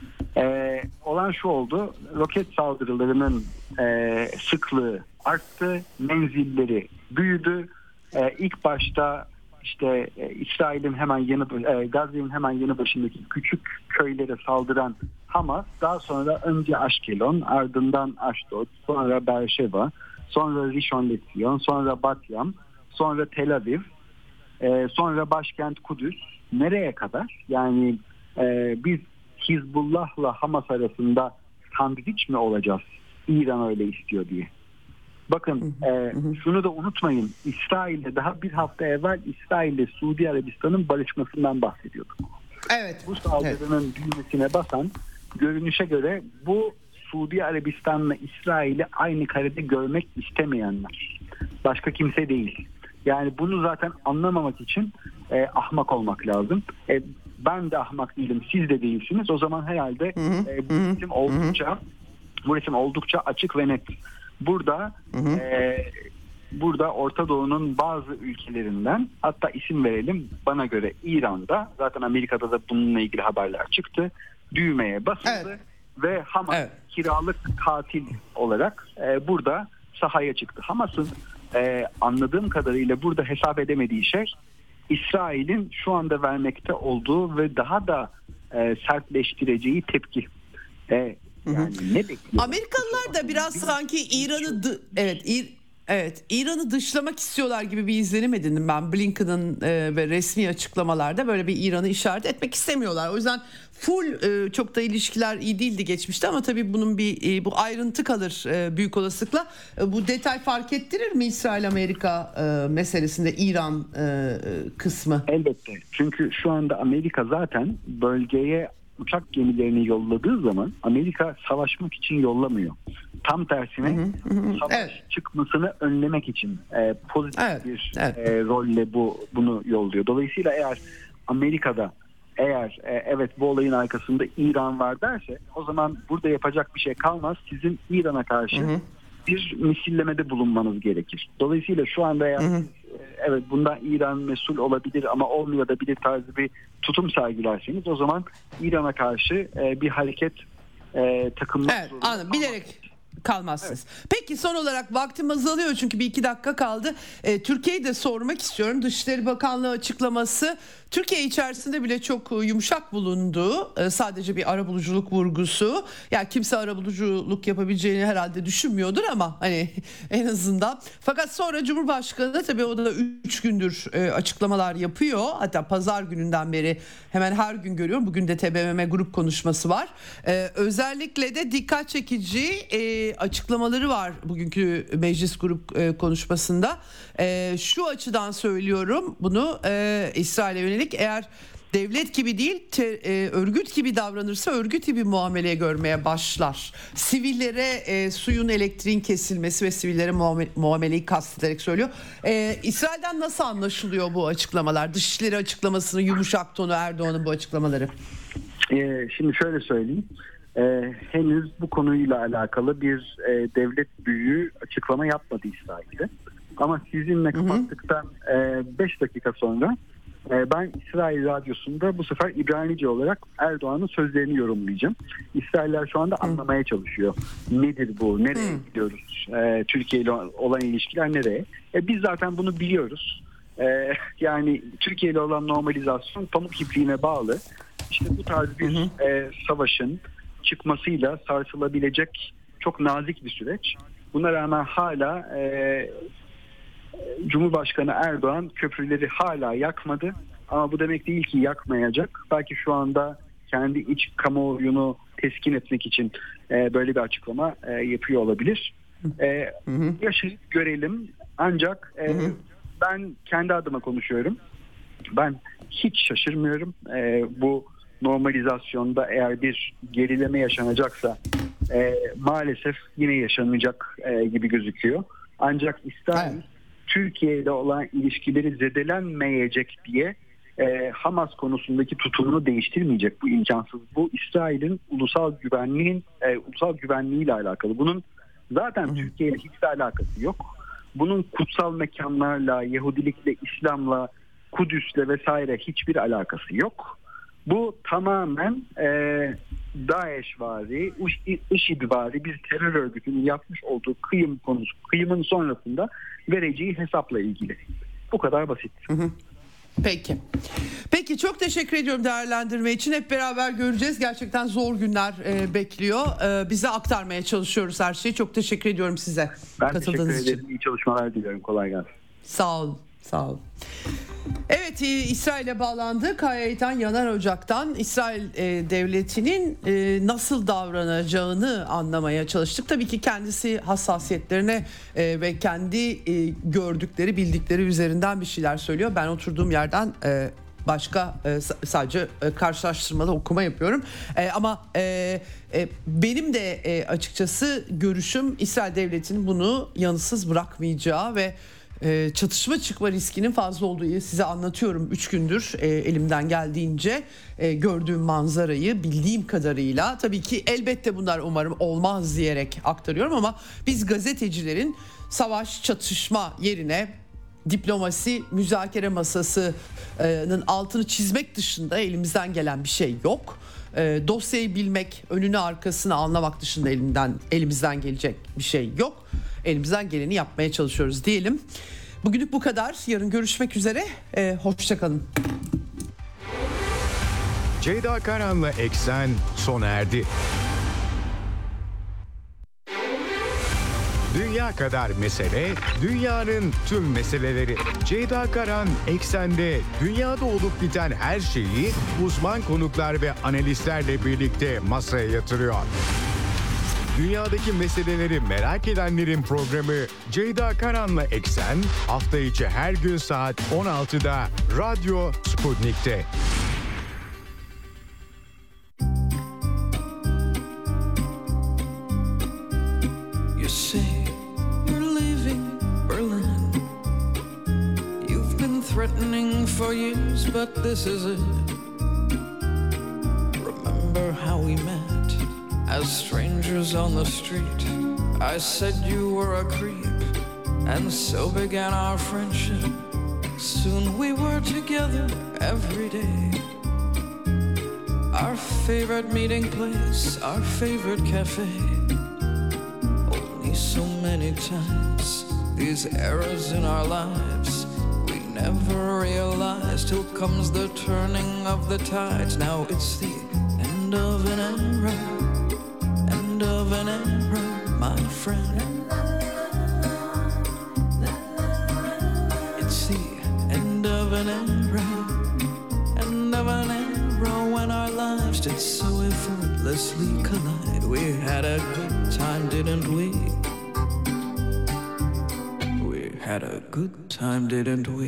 Speaker 4: Ee, olan şu oldu: roket saldırılarının e, sıklığı arttı, menzilleri büyüdü. Ee, ilk başta işte e, İsrail'in hemen yanı, e, Gazze'nin hemen yanı başındaki küçük köylere saldıran Hamas, daha sonra önce Aşkelon, ardından Aşdod, sonra Beerşeva, sonra Rishon LeZion, sonra Batyam, sonra Tel Aviv, e, sonra başkent Kudüs. Nereye kadar? Yani e, biz Hizbullah'la Hamas arasında sandviç mi olacağız? İran öyle istiyor diye. Bakın e, şunu da unutmayın. İsrail'de daha bir hafta evvel İsrail'le Suudi Arabistan'ın barışmasından bahsediyorduk.
Speaker 2: Evet.
Speaker 4: Bu saldırının evet. büyümesine basan, görünüşe göre bu Suudi Arabistan'la İsrail'i aynı karede görmek istemeyenler. Başka kimse değil. Yani bunu zaten anlamamak için e, ahmak olmak lazım. E, ben de ahmak değilim, siz de değilsiniz. O zaman herhalde hı hı, e, bu hı, resim oldukça hı. bu resim oldukça açık ve net. Burada hı hı. E, burada Orta Doğu'nun bazı ülkelerinden, hatta isim verelim, bana göre İran'da, zaten Amerika'da da bununla ilgili haberler çıktı, düğmeye basıldı evet. ve Hamas evet. kiralık katil olarak e, burada sahaya çıktı. Hamas'ın e, anladığım kadarıyla burada hesap edemediği şey, İsrail'in şu anda vermekte olduğu ve daha da e, sertleştireceği tepki. E, yani ne bekliyor?
Speaker 2: Amerikalılar da biraz sanki İran'ı dı- evet İ- evet İran'ı dışlamak istiyorlar gibi bir izlenim edindim ben. Blinken'ın e, ve resmi açıklamalarda böyle bir İran'ı işaret etmek istemiyorlar. O yüzden full e, çok da ilişkiler iyi değildi geçmişte, ama tabii bunun bir e, bu ayrıntı kalır e, büyük olasılıkla. E, bu detay fark ettirir mi İsrail-Amerika e, meselesinde İran e, kısmı?
Speaker 4: Elbette. Çünkü şu anda Amerika zaten bölgeye uçak gemilerini yolladığı zaman Amerika savaşmak için yollamıyor. Tam tersine hı hı, hı. savaş evet. çıkmasını önlemek için e, pozitif evet, bir evet. E, rolle bu bunu yolluyor. Dolayısıyla eğer Amerika'da eğer e, evet bu olayın arkasında İran var derse, o zaman burada yapacak bir şey kalmaz. Sizin İran'a karşı hı hı. bir misillemede bulunmanız gerekir. Dolayısıyla şu anda eğer hı hı. evet bundan İran mesul olabilir ama olmuyor da bilir tarzı bir tutum sergilerseniz, o zaman İran'a karşı e, bir hareket e, takılmak
Speaker 2: evet,
Speaker 4: zorunda.
Speaker 2: Anladım. Bilerek kalmazsınız. Evet. Peki son olarak vaktim azalıyor çünkü bir iki dakika kaldı. E, Türkiye'yi de sormak istiyorum. Dışişleri Bakanlığı açıklaması Türkiye içerisinde bile çok yumuşak bulundu. E, sadece bir arabuluculuk vurgusu. Yani kimse arabuluculuk yapabileceğini herhalde düşünmüyordur ama hani en azından. Fakat sonra Cumhurbaşkanı tabii o da üç gündür e, açıklamalar yapıyor. Hatta pazar gününden beri hemen her gün görüyorum. Bugün de T B M M grup konuşması var. E, özellikle de dikkat çekici e, açıklamaları var bugünkü meclis grup e, konuşmasında. E, şu açıdan söylüyorum bunu e, İsrail'e yönelik, eğer devlet gibi değil te, e, örgüt gibi davranırsa örgüt gibi muameleye görmeye başlar. Sivillere e, suyun elektriğin kesilmesi ve sivillere muamele, muameleyi kastederek söylüyor. E, İsrail'den nasıl anlaşılıyor bu açıklamalar? Dışişleri açıklamasının yumuşak tonu, Erdoğan'ın bu açıklamaları.
Speaker 4: Ee, şimdi şöyle söyleyeyim. Ee, henüz bu konuyla alakalı bir e, devlet büyüğü açıklama yapmadı İsrail'de. Ama sizinle kapattıktan beş dakika sonra e, ben İsrail Radyosu'nda bu sefer İbranice olarak Erdoğan'ın sözlerini yorumlayacağım. İsrailler şu anda Hı. anlamaya çalışıyor. Nedir bu? Nereye Hı. gidiyoruz? E, Türkiye ile olan ilişkiler nereye? E, biz zaten bunu biliyoruz. E, yani Türkiye ile olan normalizasyon pamuk ipliğine bağlı. İşte bu tarz bir hı hı. E, savaşın çıkmasıyla sarsılabilecek çok nazik bir süreç. Buna rağmen hala e, Cumhurbaşkanı Erdoğan köprüleri hala yakmadı. Ama bu demek değil ki yakmayacak. Belki şu anda kendi iç kamuoyunu teskin etmek için e, böyle bir açıklama e, yapıyor olabilir. E, hı hı. Yaşayıp görelim. Ancak e, hı hı. ben kendi adıma konuşuyorum. Ben hiç şaşırmıyorum. E, bu normalizasyonda eğer bir gerileme yaşanacaksa e, maalesef yine yaşanacak e, gibi gözüküyor. Ancak İsrail evet. Türkiye ile olan ilişkileri zedelenmeyecek diye e, Hamas konusundaki tutumunu değiştirmeyecek. Bu imkansız. Bu İsrail'in ulusal güvenliğin e, ulusal güvenliğiyle alakalı. Bunun zaten Hı-hı. Türkiye ile hiç alakası yok. Bunun kutsal mekanlarla, Yahudilikle, İslam'la, Kudüs'le vesaire hiçbir alakası yok. Bu tamamen e, DAEŞvari, IŞİD'vari bir terör örgütünün yapmış olduğu kıyım konusu, kıyımın sonrasında vereceği hesapla ilgili. Bu kadar basit.
Speaker 2: Hı hı. Peki. Peki çok teşekkür ediyorum değerlendirme için. Hep beraber göreceğiz. Gerçekten zor günler e, bekliyor. E, bize aktarmaya çalışıyoruz her şeyi. Çok teşekkür ediyorum size.
Speaker 4: Ben teşekkür ederim. İyi çalışmalar diliyorum. Kolay gelsin.
Speaker 2: Sağ olun. Sağ olun. Evet, İsrail'e bağlandı. Kayayitan Yanar Ocak'tan İsrail e, devletinin e, nasıl davranacağını anlamaya çalıştık. Tabii ki kendisi hassasiyetlerine e, ve kendi e, gördükleri, bildikleri üzerinden bir şeyler söylüyor. Ben oturduğum yerden e, başka e, sadece e, karşılaştırmalı okuma yapıyorum. E, ama e, e, benim de e, açıkçası görüşüm İsrail devletinin bunu yanısız bırakmayacağı ve çatışma çıkma riskinin fazla olduğu size anlatıyorum. Üç gündür e, elimden geldiğince e, gördüğüm manzarayı bildiğim kadarıyla, tabii ki elbette bunlar umarım olmaz diyerek aktarıyorum ama biz gazetecilerin savaş çatışma yerine diplomasi müzakere masasının altını çizmek dışında elimizden gelen bir şey yok. E, dosyayı bilmek, önünü arkasını anlamak dışında elimden elimizden gelecek bir şey yok. Elimizden geleni yapmaya çalışıyoruz diyelim. Bugünlük bu kadar. Yarın görüşmek üzere. Ee, hoşça kalın.
Speaker 1: Ceyda Karan'la Eksen sona erdi. Dünya kadar mesele, dünyanın tüm meseleleri. Ceyda Karan Eksen'de dünyada olup biten her şeyi uzman konuklar ve analistlerle birlikte masaya yatırıyor. Dünyadaki meseleleri merak edenlerin programı Ceyda Karan'la Eksen hafta içi her gün saat on altıda Radyo Sputnik'te.
Speaker 3: You say you're leaving Berlin. You've been threatening for years, but this is it. Remember how we met? As strangers on the street, I said you were a creep, and so began our friendship. Soon we were together every day. Our favorite meeting place, our favorite cafe.
Speaker 5: me so many times. These errors in our lives we never realize till comes the turning of the tides. Now it's the end of an era, end of an era, my friend. It's the end of an era, end of an era, when our lives did so effortlessly collide. We had a good time, didn't we? We had a good time, didn't we?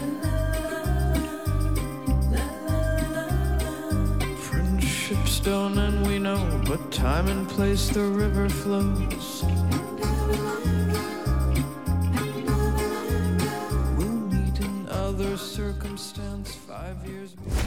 Speaker 5: Friendship's done and we know, but time and place the river flows. We'll meet in other circumstance five years.